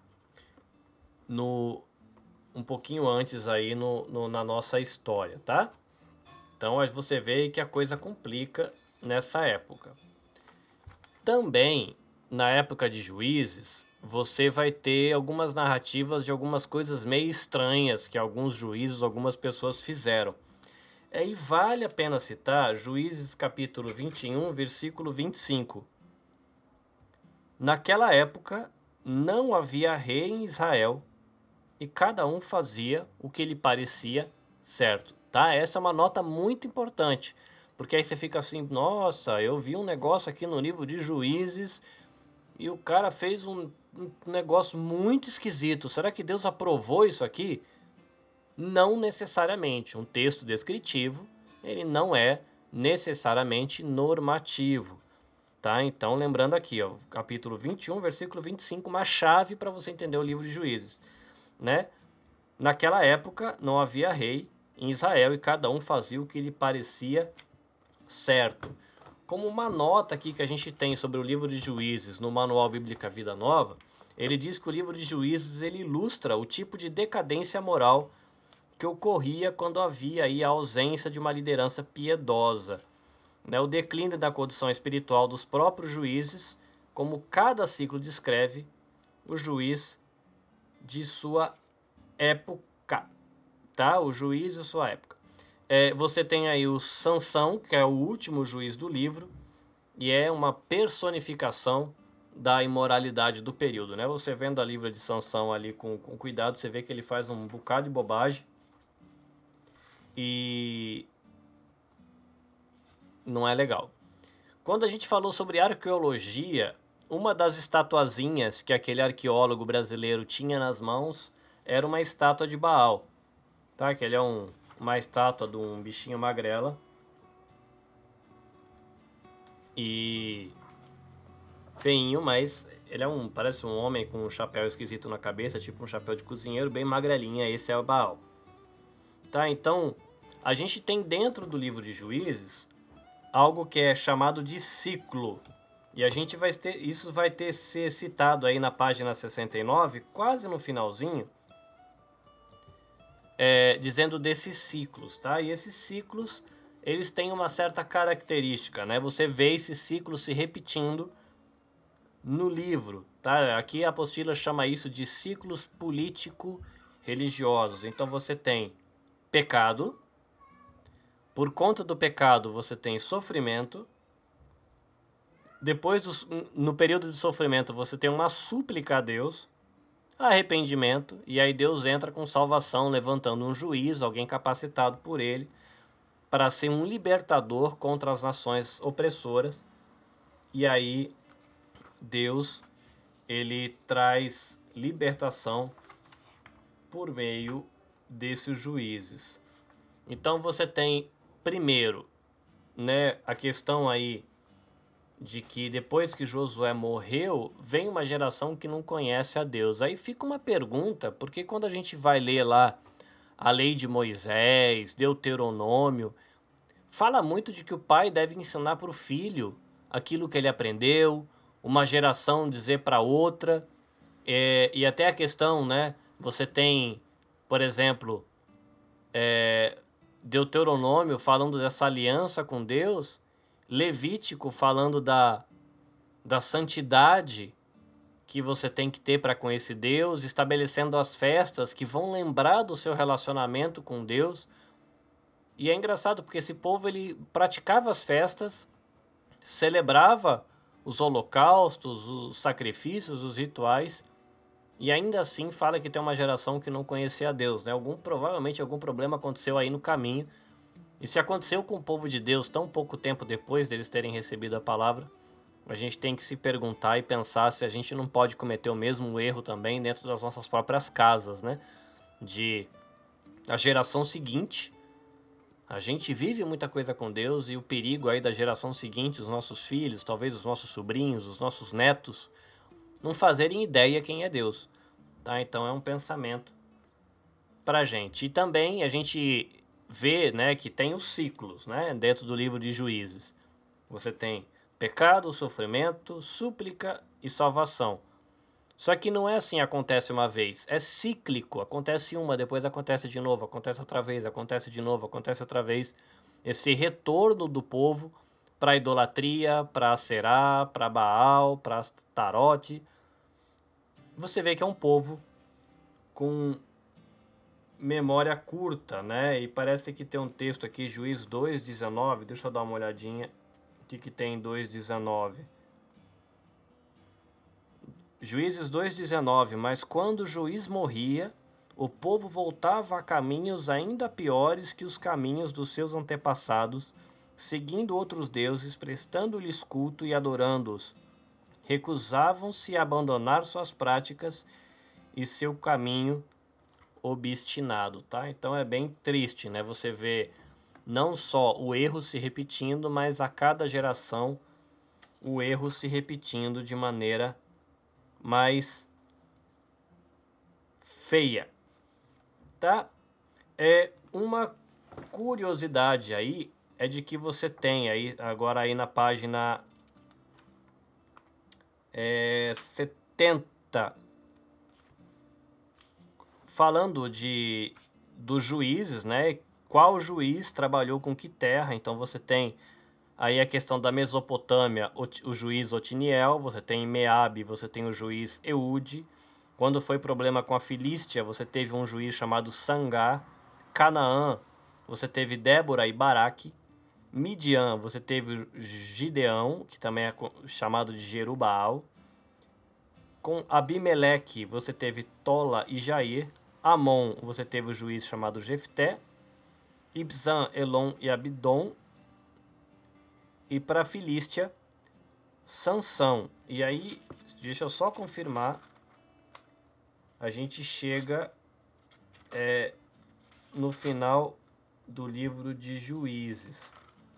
um pouquinho antes aí na nossa história, tá? Então você vê que a coisa complica nessa época. Também, na época de Juízes, você vai ter algumas narrativas de algumas coisas meio estranhas que alguns juízes, algumas pessoas fizeram. E vale a pena citar Juízes capítulo 21, versículo 25. Naquela época, não havia rei em Israel, e cada um fazia o que lhe parecia certo, tá? Essa é uma nota muito importante, porque aí você fica assim, nossa, eu vi um negócio aqui no livro de Juízes e o cara fez um negócio muito esquisito. Será que Deus aprovou isso aqui? Não necessariamente. Um texto descritivo, ele não é necessariamente normativo, tá? Então, lembrando aqui, ó, capítulo 21, versículo 25, uma chave para você entender o livro de Juízes, né? Naquela época não havia rei em Israel e cada um fazia o que lhe parecia certo. Como uma nota aqui que a gente tem sobre o livro de Juízes no Manual Bíblica Vida Nova, ele diz que o livro de Juízes ele ilustra o tipo de decadência moral que ocorria quando havia aí a ausência de uma liderança piedosa, né? O declínio da condição espiritual dos próprios juízes, como cada ciclo descreve o juiz de sua época, tá? O juiz de sua época. Você tem aí o Sansão, que é o último juiz do livro, e é uma personificação da imoralidade do período, né? Você vendo a livra de Sansão ali com cuidado, você vê que ele faz um bocado de bobagem e não é legal. Quando a gente falou sobre arqueologia, uma das estatuazinhas que aquele arqueólogo brasileiro tinha nas mãos era uma estátua de Baal, tá? Que ele é uma estátua de um bichinho magrela e feinho, mas ele parece um homem com um chapéu esquisito na cabeça, tipo um chapéu de cozinheiro, bem magrelinha. Esse é o Baal, tá? Então a gente tem dentro do livro de Juízes algo que é chamado de ciclo. E a gente isso vai ser citado aí na página 69, quase no finalzinho, dizendo desses ciclos, tá? E esses ciclos, eles têm uma certa característica, né? Você vê esses ciclos se repetindo no livro, tá? Aqui a apostila chama isso de ciclos político-religiosos. Então você tem pecado, por conta do pecado você tem sofrimento, depois no período de sofrimento você tem uma súplica a Deus, arrependimento, e aí Deus entra com salvação, levantando um juiz, alguém capacitado por ele, para ser um libertador contra as nações opressoras. E aí Deus, ele traz libertação por meio desses juízes. Então você tem, primeiro, né, a questão aí de que depois que Josué morreu, vem uma geração que não conhece a Deus. Aí fica uma pergunta, porque quando a gente vai ler lá a lei de Moisés, Deuteronômio, fala muito de que o pai deve ensinar para o filho aquilo que ele aprendeu, uma geração dizer para outra, e até a questão, né, você tem, por exemplo, Deuteronômio falando dessa aliança com Deus, Levítico falando da santidade que você tem que ter para com esse Deus, estabelecendo as festas que vão lembrar do seu relacionamento com Deus. E é engraçado porque esse povo ele praticava as festas, celebrava os holocaustos, os sacrifícios, os rituais, e ainda assim fala que tem uma geração que não conhecia a Deus, né? Provavelmente algum problema aconteceu aí no caminho. E se aconteceu com o povo de Deus tão pouco tempo depois deles terem recebido a palavra, a gente tem que se perguntar e pensar se a gente não pode cometer o mesmo erro também dentro das nossas próprias casas, né? De a geração seguinte, a gente vive muita coisa com Deus e o perigo aí da geração seguinte, os nossos filhos, talvez os nossos sobrinhos, os nossos netos, não fazerem ideia quem é Deus. Tá? Então é um pensamento para a gente. E também a gente vê, né, que tem os ciclos, né, dentro do livro de Juízes. Você tem pecado, sofrimento, súplica e salvação. Só que não é assim, acontece uma vez. É cíclico. Acontece uma, depois acontece de novo, acontece outra vez, acontece de novo, acontece outra vez. Esse retorno do povo para a idolatria, para Aserá, para Baal, para Astarote. Você vê que é um povo com memória curta, né? E parece que tem um texto aqui, Juízes 2:19. Deixa eu dar uma olhadinha. O que tem em 2:19? Juízes 2:19. Mas quando o juiz morria, o povo voltava a caminhos ainda piores que os caminhos dos seus antepassados, seguindo outros deuses, prestando-lhes culto e adorando-os. Recusavam-se a abandonar suas práticas e seu caminho obstinado, tá? Então é bem triste, né? Você vê não só o erro se repetindo, mas a cada geração o erro se repetindo de maneira mais feia, tá? É uma curiosidade aí é de que você tem aí agora aí na página 70, falando dos juízes, né? Qual juiz trabalhou com que terra? Então você tem aí a questão da Mesopotâmia, o juiz Otiniel, você tem em Meabe, você tem o juiz Eude. Quando foi problema com a Filístia, você teve um juiz chamado Sangá. Canaã, você teve Débora e Baraque. Midian, você teve o Gideão, que também é chamado de Jerubaal. Com Abimeleque, você teve Tola e Jair. Amon, você teve o juiz chamado Jefté. Ibzan, Elon e Abidom. E para a Filístia, Sansão. E aí, deixa eu só confirmar, a gente chega no final do livro de Juízes.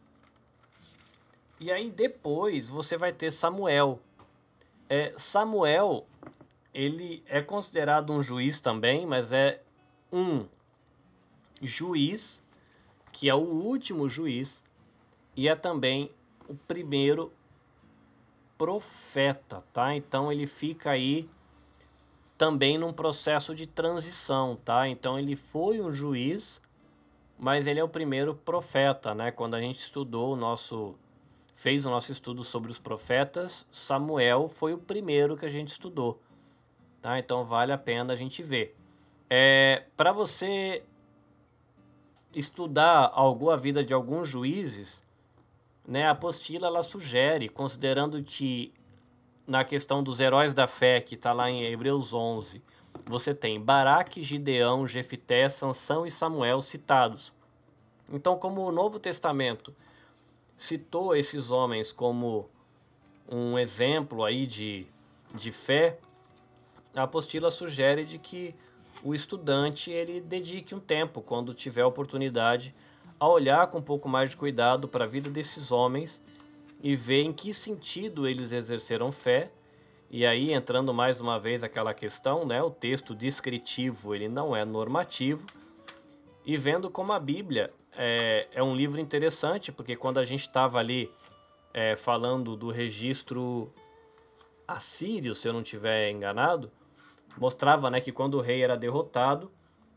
E aí depois você vai ter Samuel. Samuel, ele é considerado um juiz também, mas é um juiz, que é o último juiz, e é também o primeiro profeta, tá? Então ele fica aí também num processo de transição, tá? Então ele foi um juiz, mas ele é o primeiro profeta, né? Quando a gente fez o nosso estudo sobre os profetas, Samuel foi o primeiro que a gente estudou, tá? Então vale a pena a gente ver. Para você estudar a vida de alguns juízes, né, a apostila ela sugere, considerando que na questão dos heróis da fé, que está lá em Hebreus 11, você tem Baraque, Gideão, Jefité, Sansão e Samuel citados. Então, como o Novo Testamento citou esses homens como um exemplo aí de fé, a apostila sugere de que o estudante ele dedique um tempo, quando tiver oportunidade, a olhar com um pouco mais de cuidado para a vida desses homens e ver em que sentido eles exerceram fé. E aí, entrando mais uma vez aquela questão, né, o texto descritivo ele não é normativo, e vendo como a Bíblia é um livro interessante, porque quando a gente estava ali falando do registro assírio, se eu não estiver enganado, mostrava, né, que quando o rei era derrotado,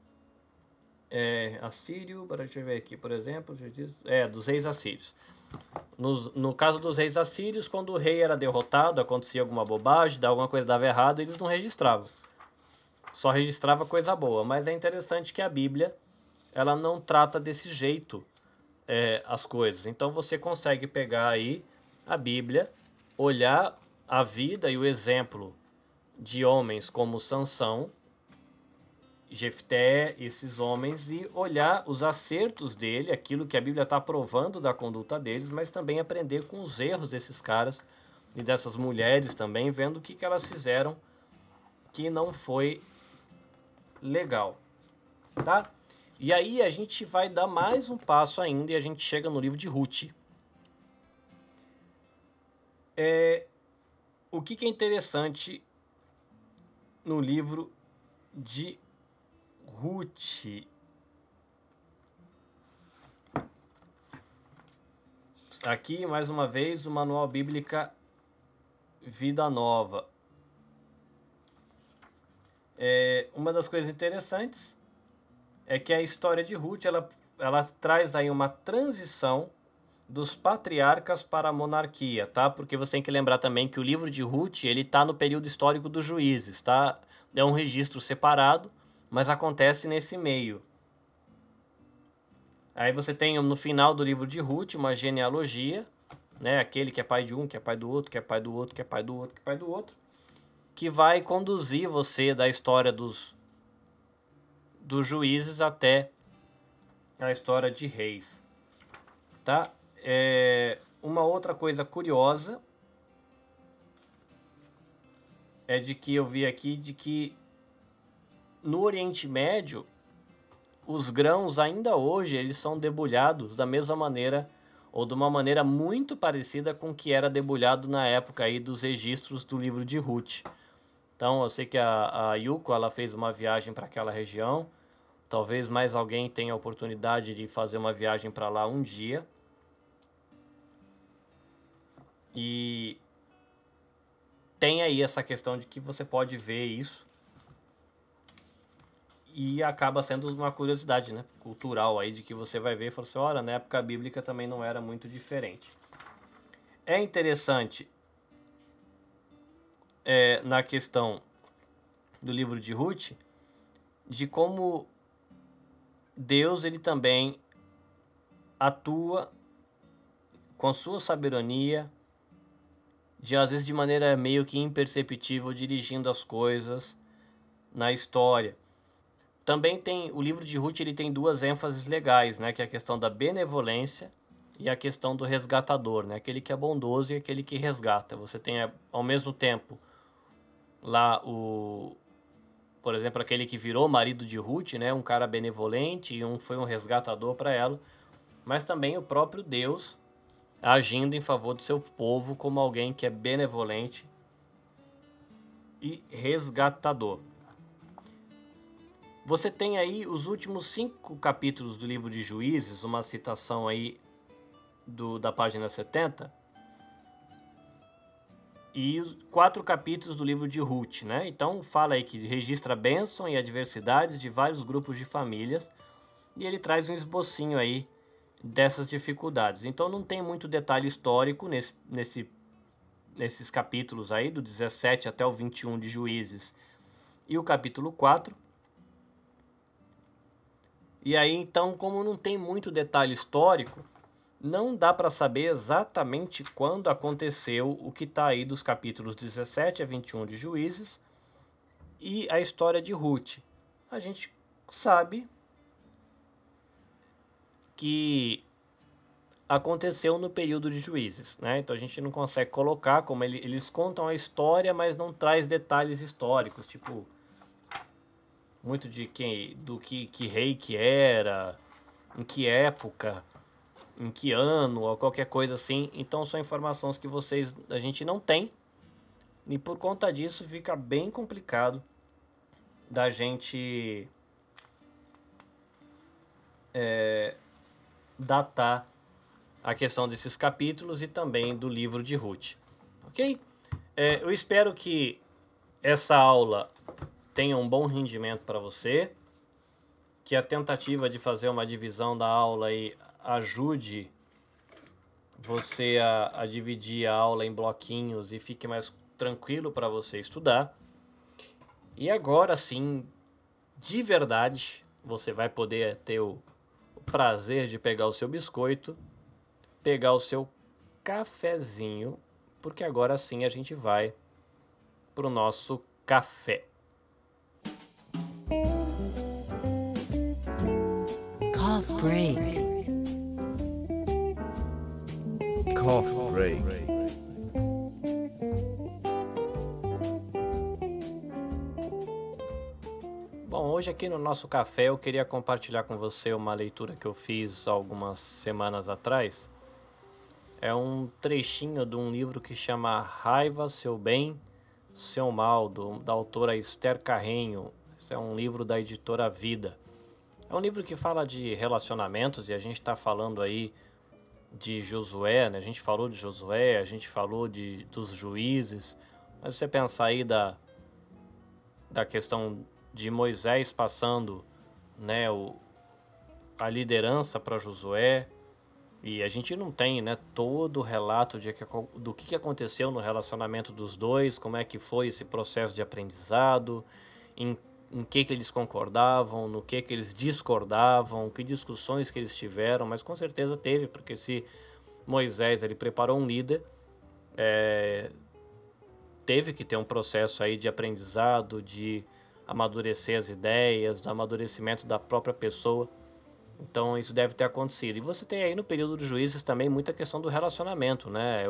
assírio, deixa eu ver aqui, por exemplo, dos reis assírios. No caso dos reis assírios, quando o rei era derrotado, acontecia alguma bobagem, alguma coisa dava errado, eles não registravam. Só registrava coisa boa. Mas é interessante que a Bíblia ela não trata desse jeito as coisas. Então você consegue pegar aí a Bíblia, olhar a vida e o exemplo de homens como Sansão, Jefté, esses homens, e olhar os acertos dele, aquilo que a Bíblia está provando da conduta deles, mas também aprender com os erros desses caras e dessas mulheres também, vendo o que elas fizeram que não foi legal, tá? E aí a gente vai dar mais um passo ainda e a gente chega no livro de Ruth. O que é interessante no livro de Ruth. Aqui, mais uma vez, o Manual Bíblica Vida Nova. Uma das coisas interessantes é que a história de Ruth, ela traz aí uma transição dos patriarcas para a monarquia, tá? Porque você tem que lembrar também que o livro de Ruth, ele tá no período histórico dos juízes, tá? É um registro separado, mas acontece nesse meio. Aí você tem no final do livro de Ruth uma genealogia, né? Aquele que é pai de um, que é pai do outro, que é pai do outro, que é pai do outro, que é pai do outro, que vai conduzir você da história dos juízes até a história de reis, tá? Uma outra coisa curiosa é de que eu vi aqui de que no Oriente Médio os grãos ainda hoje eles são debulhados da mesma maneira ou de uma maneira muito parecida com o que era debulhado na época aí dos registros do livro de Ruth. Então eu sei que a Yuko ela fez uma viagem para aquela região. Talvez mais alguém tenha a oportunidade de fazer uma viagem para lá um dia. E tem aí essa questão de que você pode ver isso. E acaba sendo uma curiosidade, né, cultural aí de que você vai ver e fala assim, olha, na época bíblica também não era muito diferente. É interessante na questão do livro de Ruth, de como Deus ele também atua com sua sabedoria, às vezes de maneira meio que imperceptível, dirigindo as coisas na história. Também tem o livro de Ruth, ele tem duas ênfases legais, né, que é a questão da benevolência e a questão do resgatador, né, aquele que é bondoso e aquele que resgata. Você tem ao mesmo tempo lá por exemplo, aquele que virou marido de Ruth, né, um cara benevolente e foi um resgatador para ela, mas também o próprio Deus agindo em favor do seu povo como alguém que é benevolente e resgatador. Você tem aí os últimos 5 capítulos do livro de Juízes, uma citação aí da página 70, e os 4 capítulos do livro de Ruth, né? Então fala aí que registra a bênção e adversidades de vários grupos de famílias, e ele traz um esbocinho aí dessas dificuldades. Então não tem muito detalhe histórico nesses capítulos aí, do 17 até o 21 de Juízes e o capítulo 4. E aí, então, como não tem muito detalhe histórico, não dá para saber exatamente quando aconteceu o que está aí dos capítulos 17 a 21 de Juízes e a história de Ruth. A gente sabe que aconteceu no período de Juízes, né? Então a gente não consegue colocar como eles contam a história, mas não traz detalhes históricos, tipo muito do que rei que era, em que época, em que ano, ou qualquer coisa assim. Então são informações que a gente não tem, e por conta disso fica bem complicado da gente datar a questão desses capítulos e também do livro de Ruth. Ok? Eu espero que essa aula tenha um bom rendimento para você, que a tentativa de fazer uma divisão da aula aí ajude você a dividir a aula em bloquinhos e fique mais tranquilo para você estudar. E agora sim, de verdade, você vai poder ter o prazer de pegar o seu biscoito, pegar o seu cafezinho, porque agora sim a gente vai para o nosso café. Cough break. Cough break. Bom, hoje aqui no nosso café eu queria compartilhar com você uma leitura que eu fiz algumas semanas atrás. É um trechinho de um livro que chama Raiva, Seu Bem, Seu Mal, da autora Esther Carreño. Esse é um livro da editora Vida. É um livro que fala de relacionamentos e a gente está falando aí de Josué, né? A gente falou de Josué, a gente falou dos juízes, mas você pensar aí da questão de Moisés passando, né, a liderança para Josué, e a gente não tem, né, todo o relato do que aconteceu no relacionamento dos dois, como é que foi esse processo de aprendizado, em que eles concordavam, no que eles discordavam, que discussões que eles tiveram, mas com certeza teve, porque se Moisés ele preparou um líder, teve que ter um processo aí de aprendizado, de amadurecer as ideias, do amadurecimento da própria pessoa. Então isso deve ter acontecido. E você tem aí no período dos juízes também muita questão do relacionamento, né?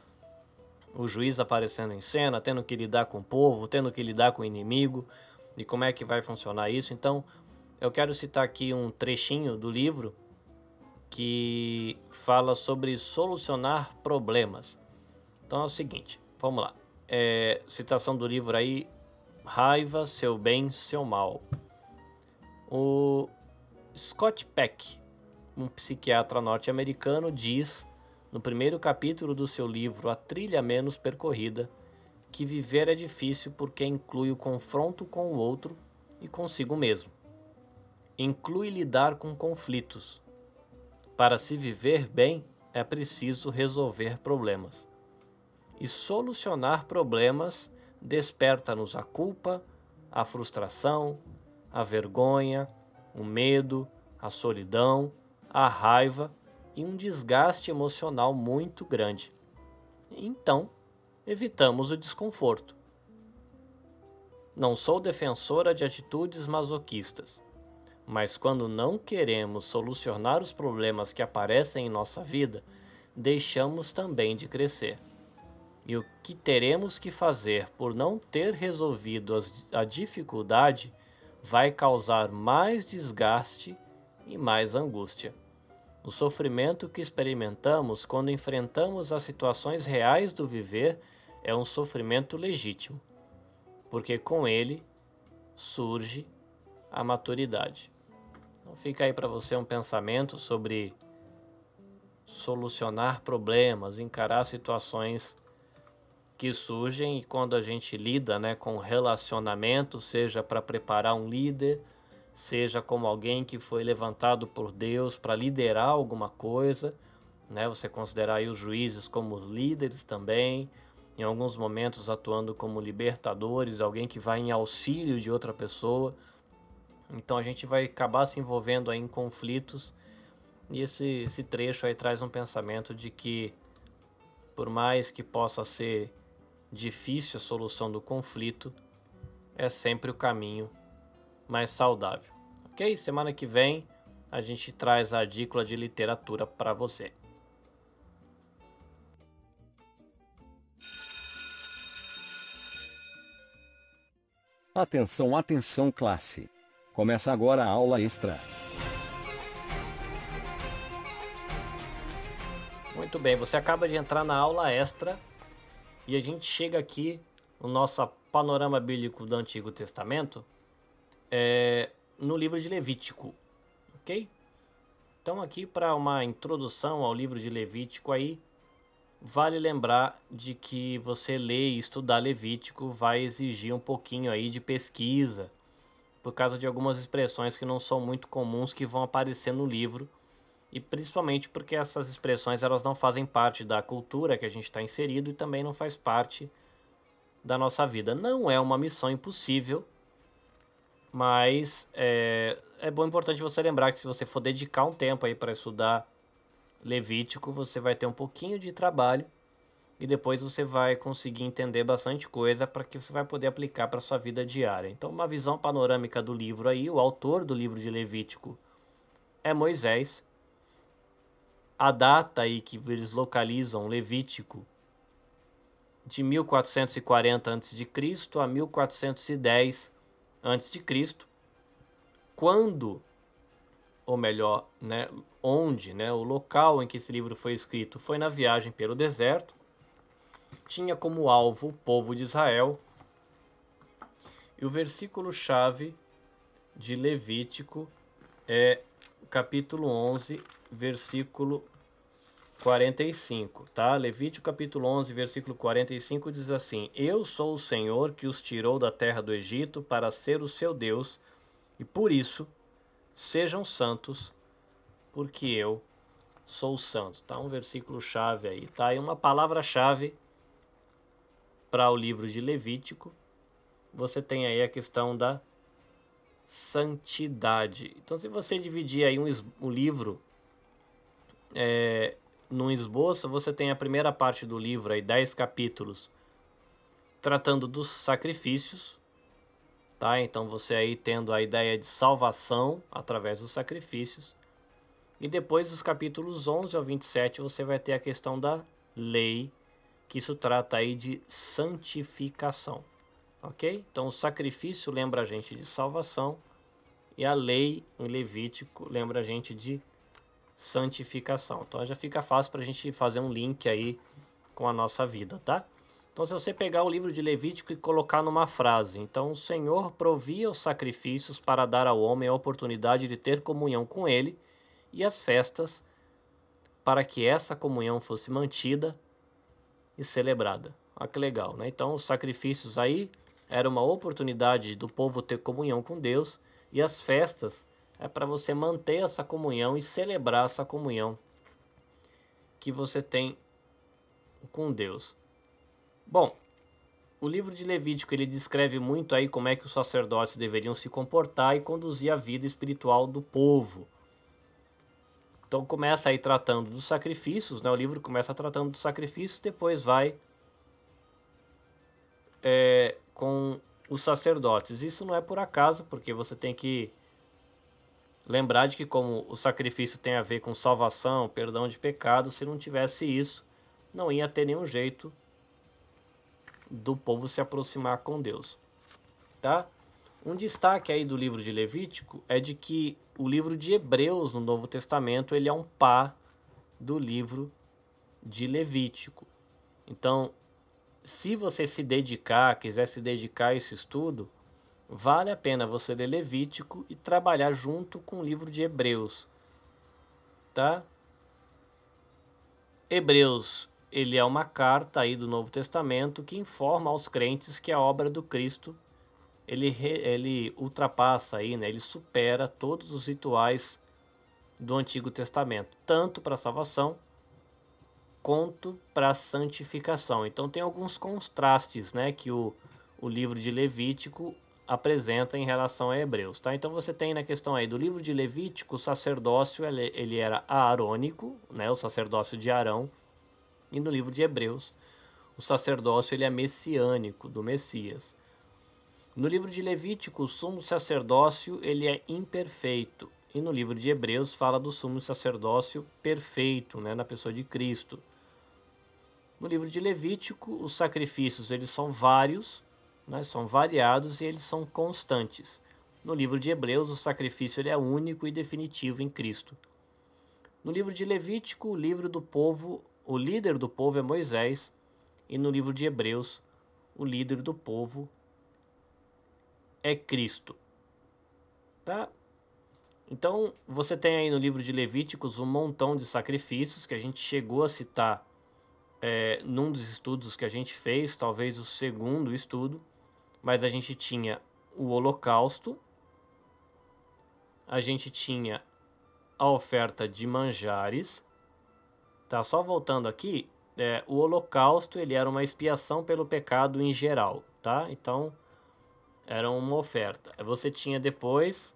O juiz aparecendo em cena, tendo que lidar com o povo, tendo que lidar com o inimigo, e como é que vai funcionar isso. Então eu quero citar aqui um trechinho do livro que fala sobre solucionar problemas. Então é o seguinte, vamos lá. Citação do livro aí, Raiva, Seu Bem, Seu Mal. O Scott Peck, um psiquiatra norte-americano, diz, no primeiro capítulo do seu livro A Trilha Menos Percorrida, que viver é difícil porque inclui o confronto com o outro e consigo mesmo. Inclui lidar com conflitos. Para se viver bem, é preciso resolver problemas. E solucionar problemas desperta-nos a culpa, a frustração, a vergonha, o medo, a solidão, a raiva e um desgaste emocional muito grande. Então, evitamos o desconforto. Não sou defensora de atitudes masoquistas, mas quando não queremos solucionar os problemas que aparecem em nossa vida, deixamos também de crescer. E o que teremos que fazer por não ter resolvido a dificuldade vai causar mais desgaste e mais angústia. O sofrimento que experimentamos quando enfrentamos as situações reais do viver é um sofrimento legítimo, porque com ele surge a maturidade. Então fica aí para você um pensamento sobre solucionar problemas, encarar situações que surgem, e quando a gente lida, né, com relacionamento, seja para preparar um líder, seja como alguém que foi levantado por Deus para liderar alguma coisa, né, você considerar aí os juízes como líderes também, em alguns momentos atuando como libertadores, alguém que vai em auxílio de outra pessoa. Então a gente vai acabar se envolvendo aí em conflitos, e esse trecho aí traz um pensamento de que, por mais que possa ser difícil a solução do conflito, é sempre o caminho mais saudável. Ok? Semana que vem a gente traz a dica de literatura para você. Atenção, atenção, classe. Começa agora a aula extra. Muito bem, você acaba de entrar na aula extra e a gente chega aqui no nosso panorama bíblico do Antigo Testamento, no livro de Levítico, ok? Então aqui, para uma introdução ao livro de Levítico aí, vale lembrar de que você ler e estudar Levítico vai exigir um pouquinho aí de pesquisa, por causa de algumas expressões que não são muito comuns que vão aparecer no livro, e principalmente porque essas expressões elas não fazem parte da cultura que a gente está inserido e também não faz parte da nossa vida. Não é uma missão impossível, mas é importante você lembrar que se você for dedicar um tempo aí para estudar Levítico, você vai ter um pouquinho de trabalho e depois você vai conseguir entender bastante coisa para que você vai poder aplicar para sua vida diária. Então, uma visão panorâmica do livro aí, o autor do livro de Levítico é Moisés. A data aí que eles localizam Levítico de 1440 a.C. a 1410 a.C., quando, ou melhor, né, onde, né, o local em que esse livro foi escrito foi na viagem pelo deserto, tinha como alvo o povo de Israel, E o versículo-chave de Levítico é capítulo 11, versículo 45, tá? Levítico capítulo 11, versículo 45 diz assim: Eu sou o Senhor que os tirou da terra do Egito para ser o seu Deus, e por isso sejam santos, porque eu sou santo. Tá? Um versículo chave aí, tá? E uma palavra-chave para o livro de Levítico, você tem aí a questão da santidade. Então, se você dividir aí um livro num esboço, você tem a primeira parte do livro, aí 10 capítulos, tratando dos sacrifícios, tá? Então, você aí tendo a ideia de salvação através dos sacrifícios. E depois dos capítulos 11 ao 27, você vai ter a questão da lei, que isso trata aí de santificação, ok? Então, o sacrifício lembra a gente de salvação e a lei em Levítico lembra a gente de santificação. Então, já fica fácil para a gente fazer um link aí com a nossa vida, tá? Então, se você pegar o livro de Levítico e colocar numa frase, então, o Senhor provia os sacrifícios para dar ao homem a oportunidade de ter comunhão com ele e as festas para que essa comunhão fosse mantida e celebrada. Olha que legal, né? Então, os sacrifícios aí era uma oportunidade do povo ter comunhão com Deus, e as festas é para você manter essa comunhão e celebrar essa comunhão que você tem com Deus. Bom, o livro de Levítico ele descreve muito aí como é que os sacerdotes deveriam se comportar e conduzir a vida espiritual do povo. Então começa aí tratando dos sacrifícios, né? O livro começa tratando dos sacrifícios, depois vai com os sacerdotes. Isso não é por acaso, porque você tem que lembrar de que como o sacrifício tem a ver com salvação, perdão de pecados, se não tivesse isso, não ia ter nenhum jeito do povo se aproximar com Deus, tá? Um destaque aí do livro de Levítico é de que o livro de Hebreus no Novo Testamento ele é um par do livro de Levítico. Então, se você quiser se dedicar a esse estudo, vale a pena você ler Levítico e trabalhar junto com o livro de Hebreus, tá? Hebreus, ele é uma carta aí do Novo Testamento que informa aos crentes que a obra do Cristo ele ultrapassa aí, né? Ele supera todos os rituais do Antigo Testamento, tanto para a salvação quanto para a santificação. Então tem alguns contrastes, né, que o livro de Levítico apresenta em relação a Hebreus, tá? Então você tem na questão aí do livro de Levítico, o sacerdócio ele era aarônico, né, o sacerdócio de Arão, e no livro de Hebreus, o sacerdócio ele é messiânico, do Messias. No livro de Levítico, o sumo sacerdócio ele é imperfeito, e no livro de Hebreus fala do sumo sacerdócio perfeito, né, na pessoa de Cristo. No livro de Levítico, os sacrifícios eles são vários, né, são variados e eles são constantes. No livro de Hebreus, o sacrifício ele é único e definitivo em Cristo. No livro de Levítico, o líder do povo é Moisés, e no livro de Hebreus, o líder do povo é Cristo, tá? Então, você tem aí no livro de Levíticos um montão de sacrifícios que a gente chegou a citar num dos estudos que a gente fez, talvez o segundo estudo, mas a gente tinha o holocausto, a gente tinha a oferta de manjares, tá? Só voltando aqui, o holocausto ele era uma expiação pelo pecado em geral, tá? Então, era uma oferta. Você tinha depois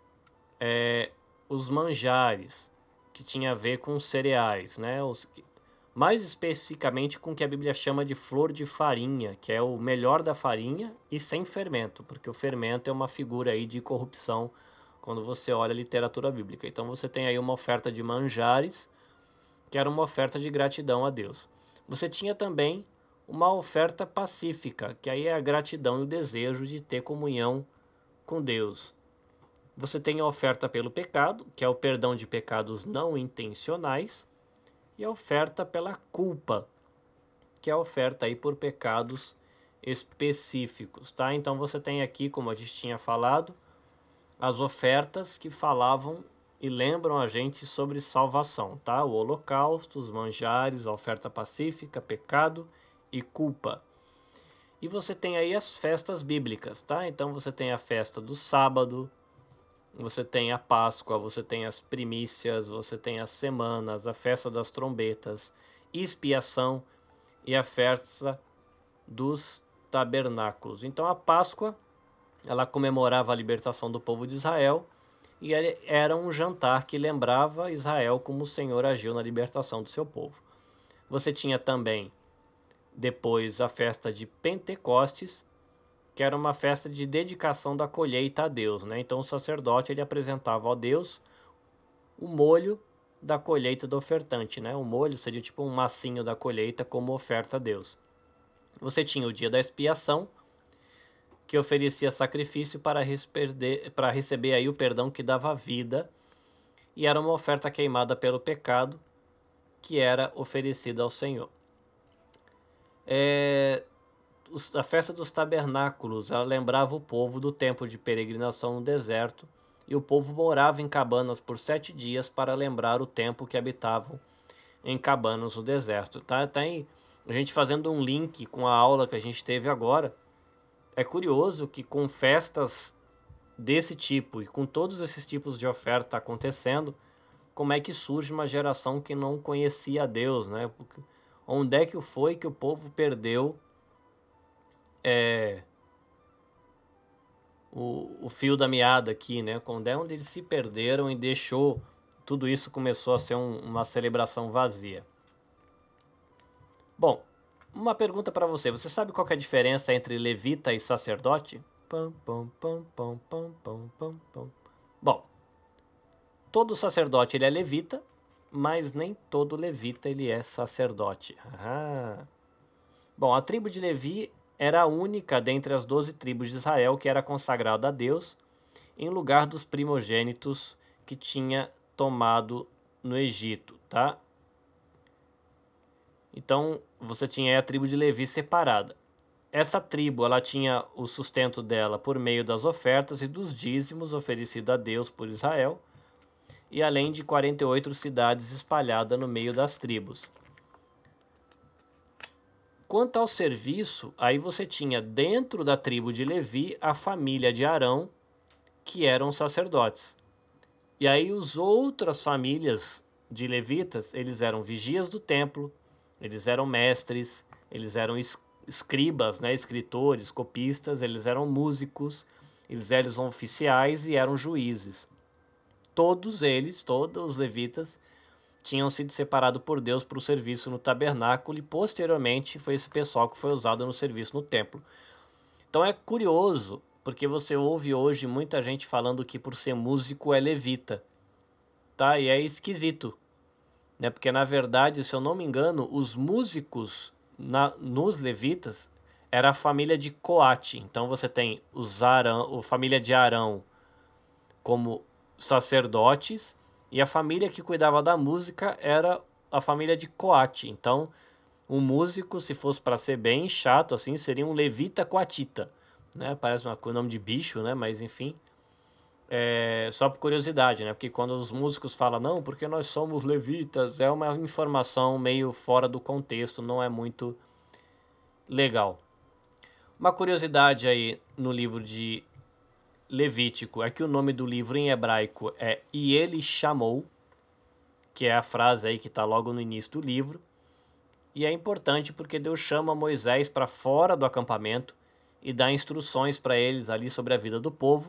os manjares, que tinha a ver com cereais, né? Mais especificamente com o que a Bíblia chama de flor de farinha, que é o melhor da farinha e sem fermento, porque o fermento é uma figura aí de corrupção quando você olha a literatura bíblica. Então você tem aí uma oferta de manjares, que era uma oferta de gratidão a Deus. Você tinha também uma oferta pacífica, que aí é a gratidão e o desejo de ter comunhão com Deus. Você tem a oferta pelo pecado, que é o perdão de pecados não intencionais, e a oferta pela culpa, que é a oferta aí por pecados específicos, tá? Então você tem aqui, como a gente tinha falado, as ofertas que falavam e lembram a gente sobre salvação, tá? O holocausto, os manjares, a oferta pacífica, pecado e culpa. E você tem aí as festas bíblicas, tá? Então você tem a festa do sábado, você tem a Páscoa, você tem as primícias, você tem as semanas, a festa das trombetas, expiação e a festa dos tabernáculos. Então a Páscoa, ela comemorava a libertação do povo de Israel e era um jantar que lembrava Israel como o Senhor agiu na libertação do seu povo. Você tinha também depois a festa de Pentecostes, que era uma festa de dedicação da colheita a Deus, né? Então o sacerdote ele apresentava a Deus o molho da colheita do ofertante, né? O molho seria tipo um massinho da colheita como oferta a Deus. Você tinha o dia da expiação, que oferecia sacrifício para receber aí o perdão que dava vida, e era uma oferta queimada pelo pecado, que era oferecida ao Senhor. A festa dos tabernáculos, ela lembrava o povo do tempo de peregrinação no deserto, e o povo morava em cabanas por 7 dias para lembrar o tempo que habitavam em cabanas no deserto. Tá aí a gente fazendo um link com a aula que a gente teve agora. É curioso que com festas desse tipo e com todos esses tipos de oferta acontecendo, como é que surge uma geração que não conhecia a Deus, né? Porque onde é que foi que o povo perdeu o fio da meada aqui, né? Onde eles se perderam e deixou tudo isso, começou a ser uma celebração vazia. Bom, uma pergunta para você. Você sabe qual que é a diferença entre levita e sacerdote? Bom, todo sacerdote ele é levita, mas nem todo levita ele é sacerdote. Bom, a tribo de Levi era a única dentre as 12 tribos de Israel que era consagrada a Deus em lugar dos primogênitos que tinha tomado no Egito, tá? Então, você tinha a tribo de Levi separada. Essa tribo, ela tinha o sustento dela por meio das ofertas e dos dízimos oferecidos a Deus por Israel, e além de 48 cidades espalhadas no meio das tribos. Quanto ao serviço, aí você tinha dentro da tribo de Levi a família de Arão, que eram sacerdotes. E aí as outras famílias de levitas, eles eram vigias do templo, eles eram mestres, eles eram escribas, né, escritores, copistas, eles eram músicos, eles eram oficiais e eram juízes. Todos os levitas, tinham sido separados por Deus para o serviço no tabernáculo e posteriormente foi esse pessoal que foi usado no serviço no templo. Então é curioso, porque você ouve hoje muita gente falando que por ser músico é levita, tá? E é esquisito, né? Porque na verdade, se eu não me engano, os músicos nos levitas era a família de Coate. Então você tem a família de Arão como sacerdotes, e a família que cuidava da música era a família de Coate. Então, um músico, se fosse para ser bem chato, assim, seria um levita coatita, né? Parece um nome de bicho, né? Mas enfim, só por curiosidade, né? Porque quando os músicos falam, não, porque nós somos levitas, é uma informação meio fora do contexto, não é muito legal. Uma curiosidade aí no livro de Levítico é que o nome do livro em hebraico é "E ele chamou", que é a frase aí que está logo no início do livro. E é importante porque Deus chama Moisés para fora do acampamento e dá instruções para eles ali sobre a vida do povo,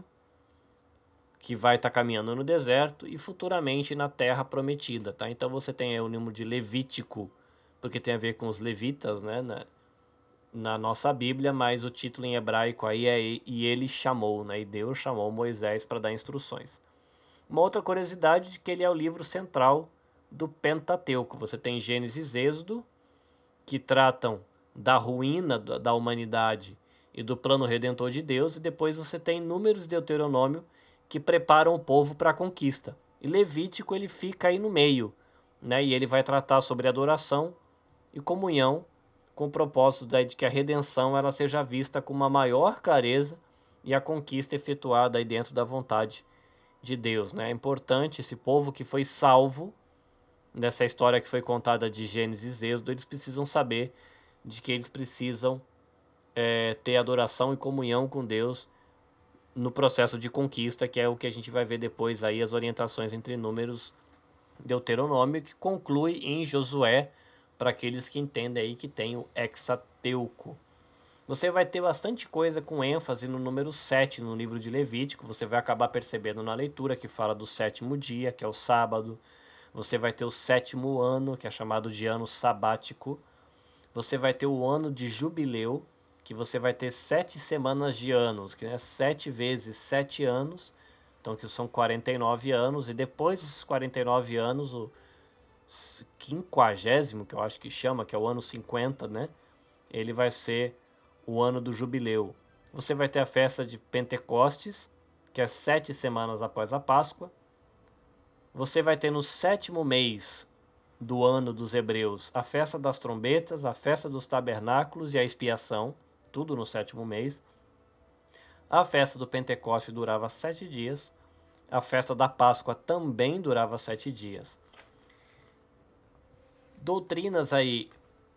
que vai estar caminhando no deserto e futuramente na terra prometida, tá? Então você tem aí o número de Levítico, porque tem a ver com os levitas, né? Na nossa Bíblia, mas o título em hebraico aí é "E ele chamou", né? E Deus chamou Moisés para dar instruções. Uma outra curiosidade é que ele é o livro central do Pentateuco. Você tem Gênesis e Êxodo, que tratam da ruína da humanidade e do plano redentor de Deus, e depois você tem Números e Deuteronômio, que preparam o povo para a conquista. E Levítico ele fica aí no meio, né? E ele vai tratar sobre adoração e comunhão com o propósito daí de que a redenção ela seja vista com uma maior clareza e a conquista efetuada aí dentro da vontade de Deus, né? É importante esse povo que foi salvo nessa história que foi contada de Gênesis e Êxodo, eles precisam saber de que eles precisam ter adoração e comunhão com Deus no processo de conquista, que é o que a gente vai ver depois aí, as orientações entre Números e Deuteronômio, que conclui em Josué, para aqueles que entendem aí que tem o hexateuco. Você vai ter bastante coisa com ênfase no número 7 no livro de Levítico, você vai acabar percebendo na leitura que fala do 7º dia, que é o sábado. Você vai ter o 7º ano, que é chamado de ano sabático. Você vai ter o ano de jubileu, que você vai ter 7 semanas de anos, que é 7 vezes 7 anos, então que são 49 anos, e depois desses 49 anos, o 50º, que eu acho que chama, que é o ano 50, né? Ele vai ser o ano do jubileu. Você vai ter a festa de Pentecostes, que é 7 semanas após a Páscoa. Você vai ter no 7º mês do ano dos hebreus a festa das trombetas, a festa dos tabernáculos e a expiação, tudo no 7º mês. A festa do Pentecoste durava 7 dias. A festa da Páscoa também durava 7 dias. Doutrinas aí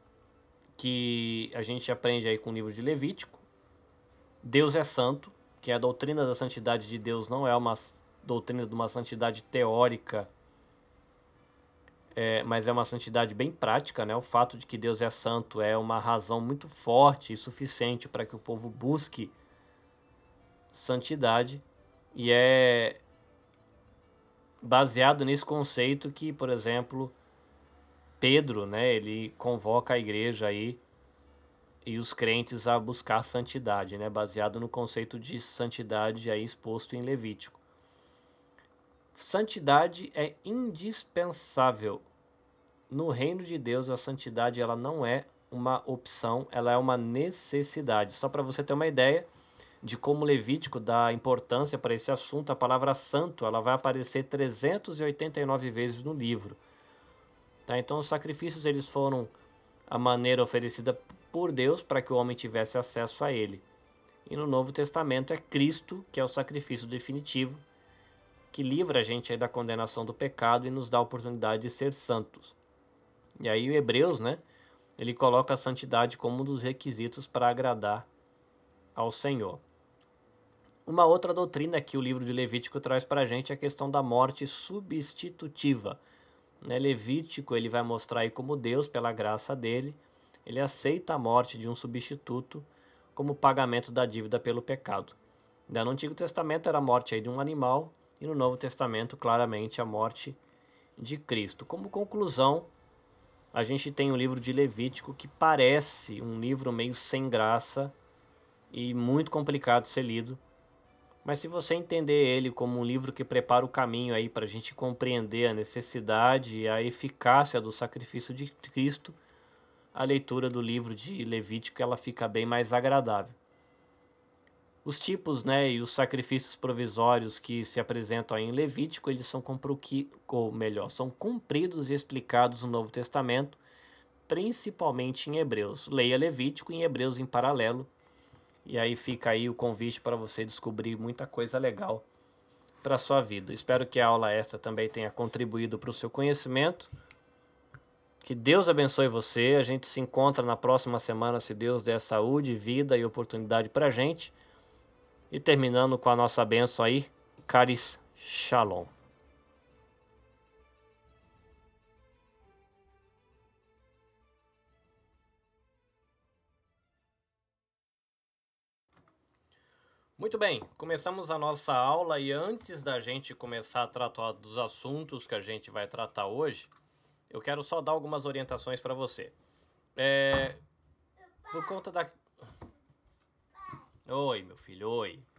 que a gente aprende aí com o livro de Levítico. Deus é santo, que a doutrina da santidade de Deus não é uma doutrina de uma santidade teórica, mas é uma santidade bem prática, né? O fato de que Deus é santo é uma razão muito forte e suficiente para que o povo busque santidade, e é baseado nesse conceito que, por exemplo, Pedro, né, ele convoca a igreja aí e os crentes a buscar santidade, né, baseado no conceito de santidade aí exposto em Levítico. Santidade é indispensável. No reino de Deus, a santidade ela não é uma opção, ela é uma necessidade. Só para você ter uma ideia de como Levítico dá importância para esse assunto, a palavra santo ela vai aparecer 389 vezes no livro. Tá? Então, os sacrifícios eles foram a maneira oferecida por Deus para que o homem tivesse acesso a ele. E no Novo Testamento é Cristo, que é o sacrifício definitivo, que livra a gente aí da condenação do pecado e nos dá a oportunidade de ser santos. E aí o Hebreus, né, ele coloca a santidade como um dos requisitos para agradar ao Senhor. Uma outra doutrina que o livro de Levítico traz para a gente é a questão da morte substitutiva. Levítico ele vai mostrar aí como Deus, pela graça dele, ele aceita a morte de um substituto como pagamento da dívida pelo pecado. No Antigo Testamento era a morte aí de um animal e no Novo Testamento, claramente, a morte de Cristo. Como conclusão, a gente tem o livro de Levítico que parece um livro meio sem graça e muito complicado de ser lido. Mas se você entender ele como um livro que prepara o caminho aí para a gente compreender a necessidade e a eficácia do sacrifício de Cristo, a leitura do livro de Levítico ela fica bem mais agradável. Os tipos, né, e os sacrifícios provisórios que se apresentam aí em Levítico, eles são são cumpridos e explicados no Novo Testamento, principalmente em Hebreus. Leia Levítico e em Hebreus em paralelo. E aí fica aí o convite para você descobrir muita coisa legal para a sua vida. Espero que a aula extra também tenha contribuído para o seu conhecimento. Que Deus abençoe você. A gente se encontra na próxima semana, se Deus der saúde, vida e oportunidade para a gente. E terminando com a nossa bênção aí, Caris Shalom. Muito bem, começamos a nossa aula e antes da gente começar a tratar dos assuntos que a gente vai tratar hoje, eu quero só dar algumas orientações para você. Por conta da... Oi, meu filho, oi.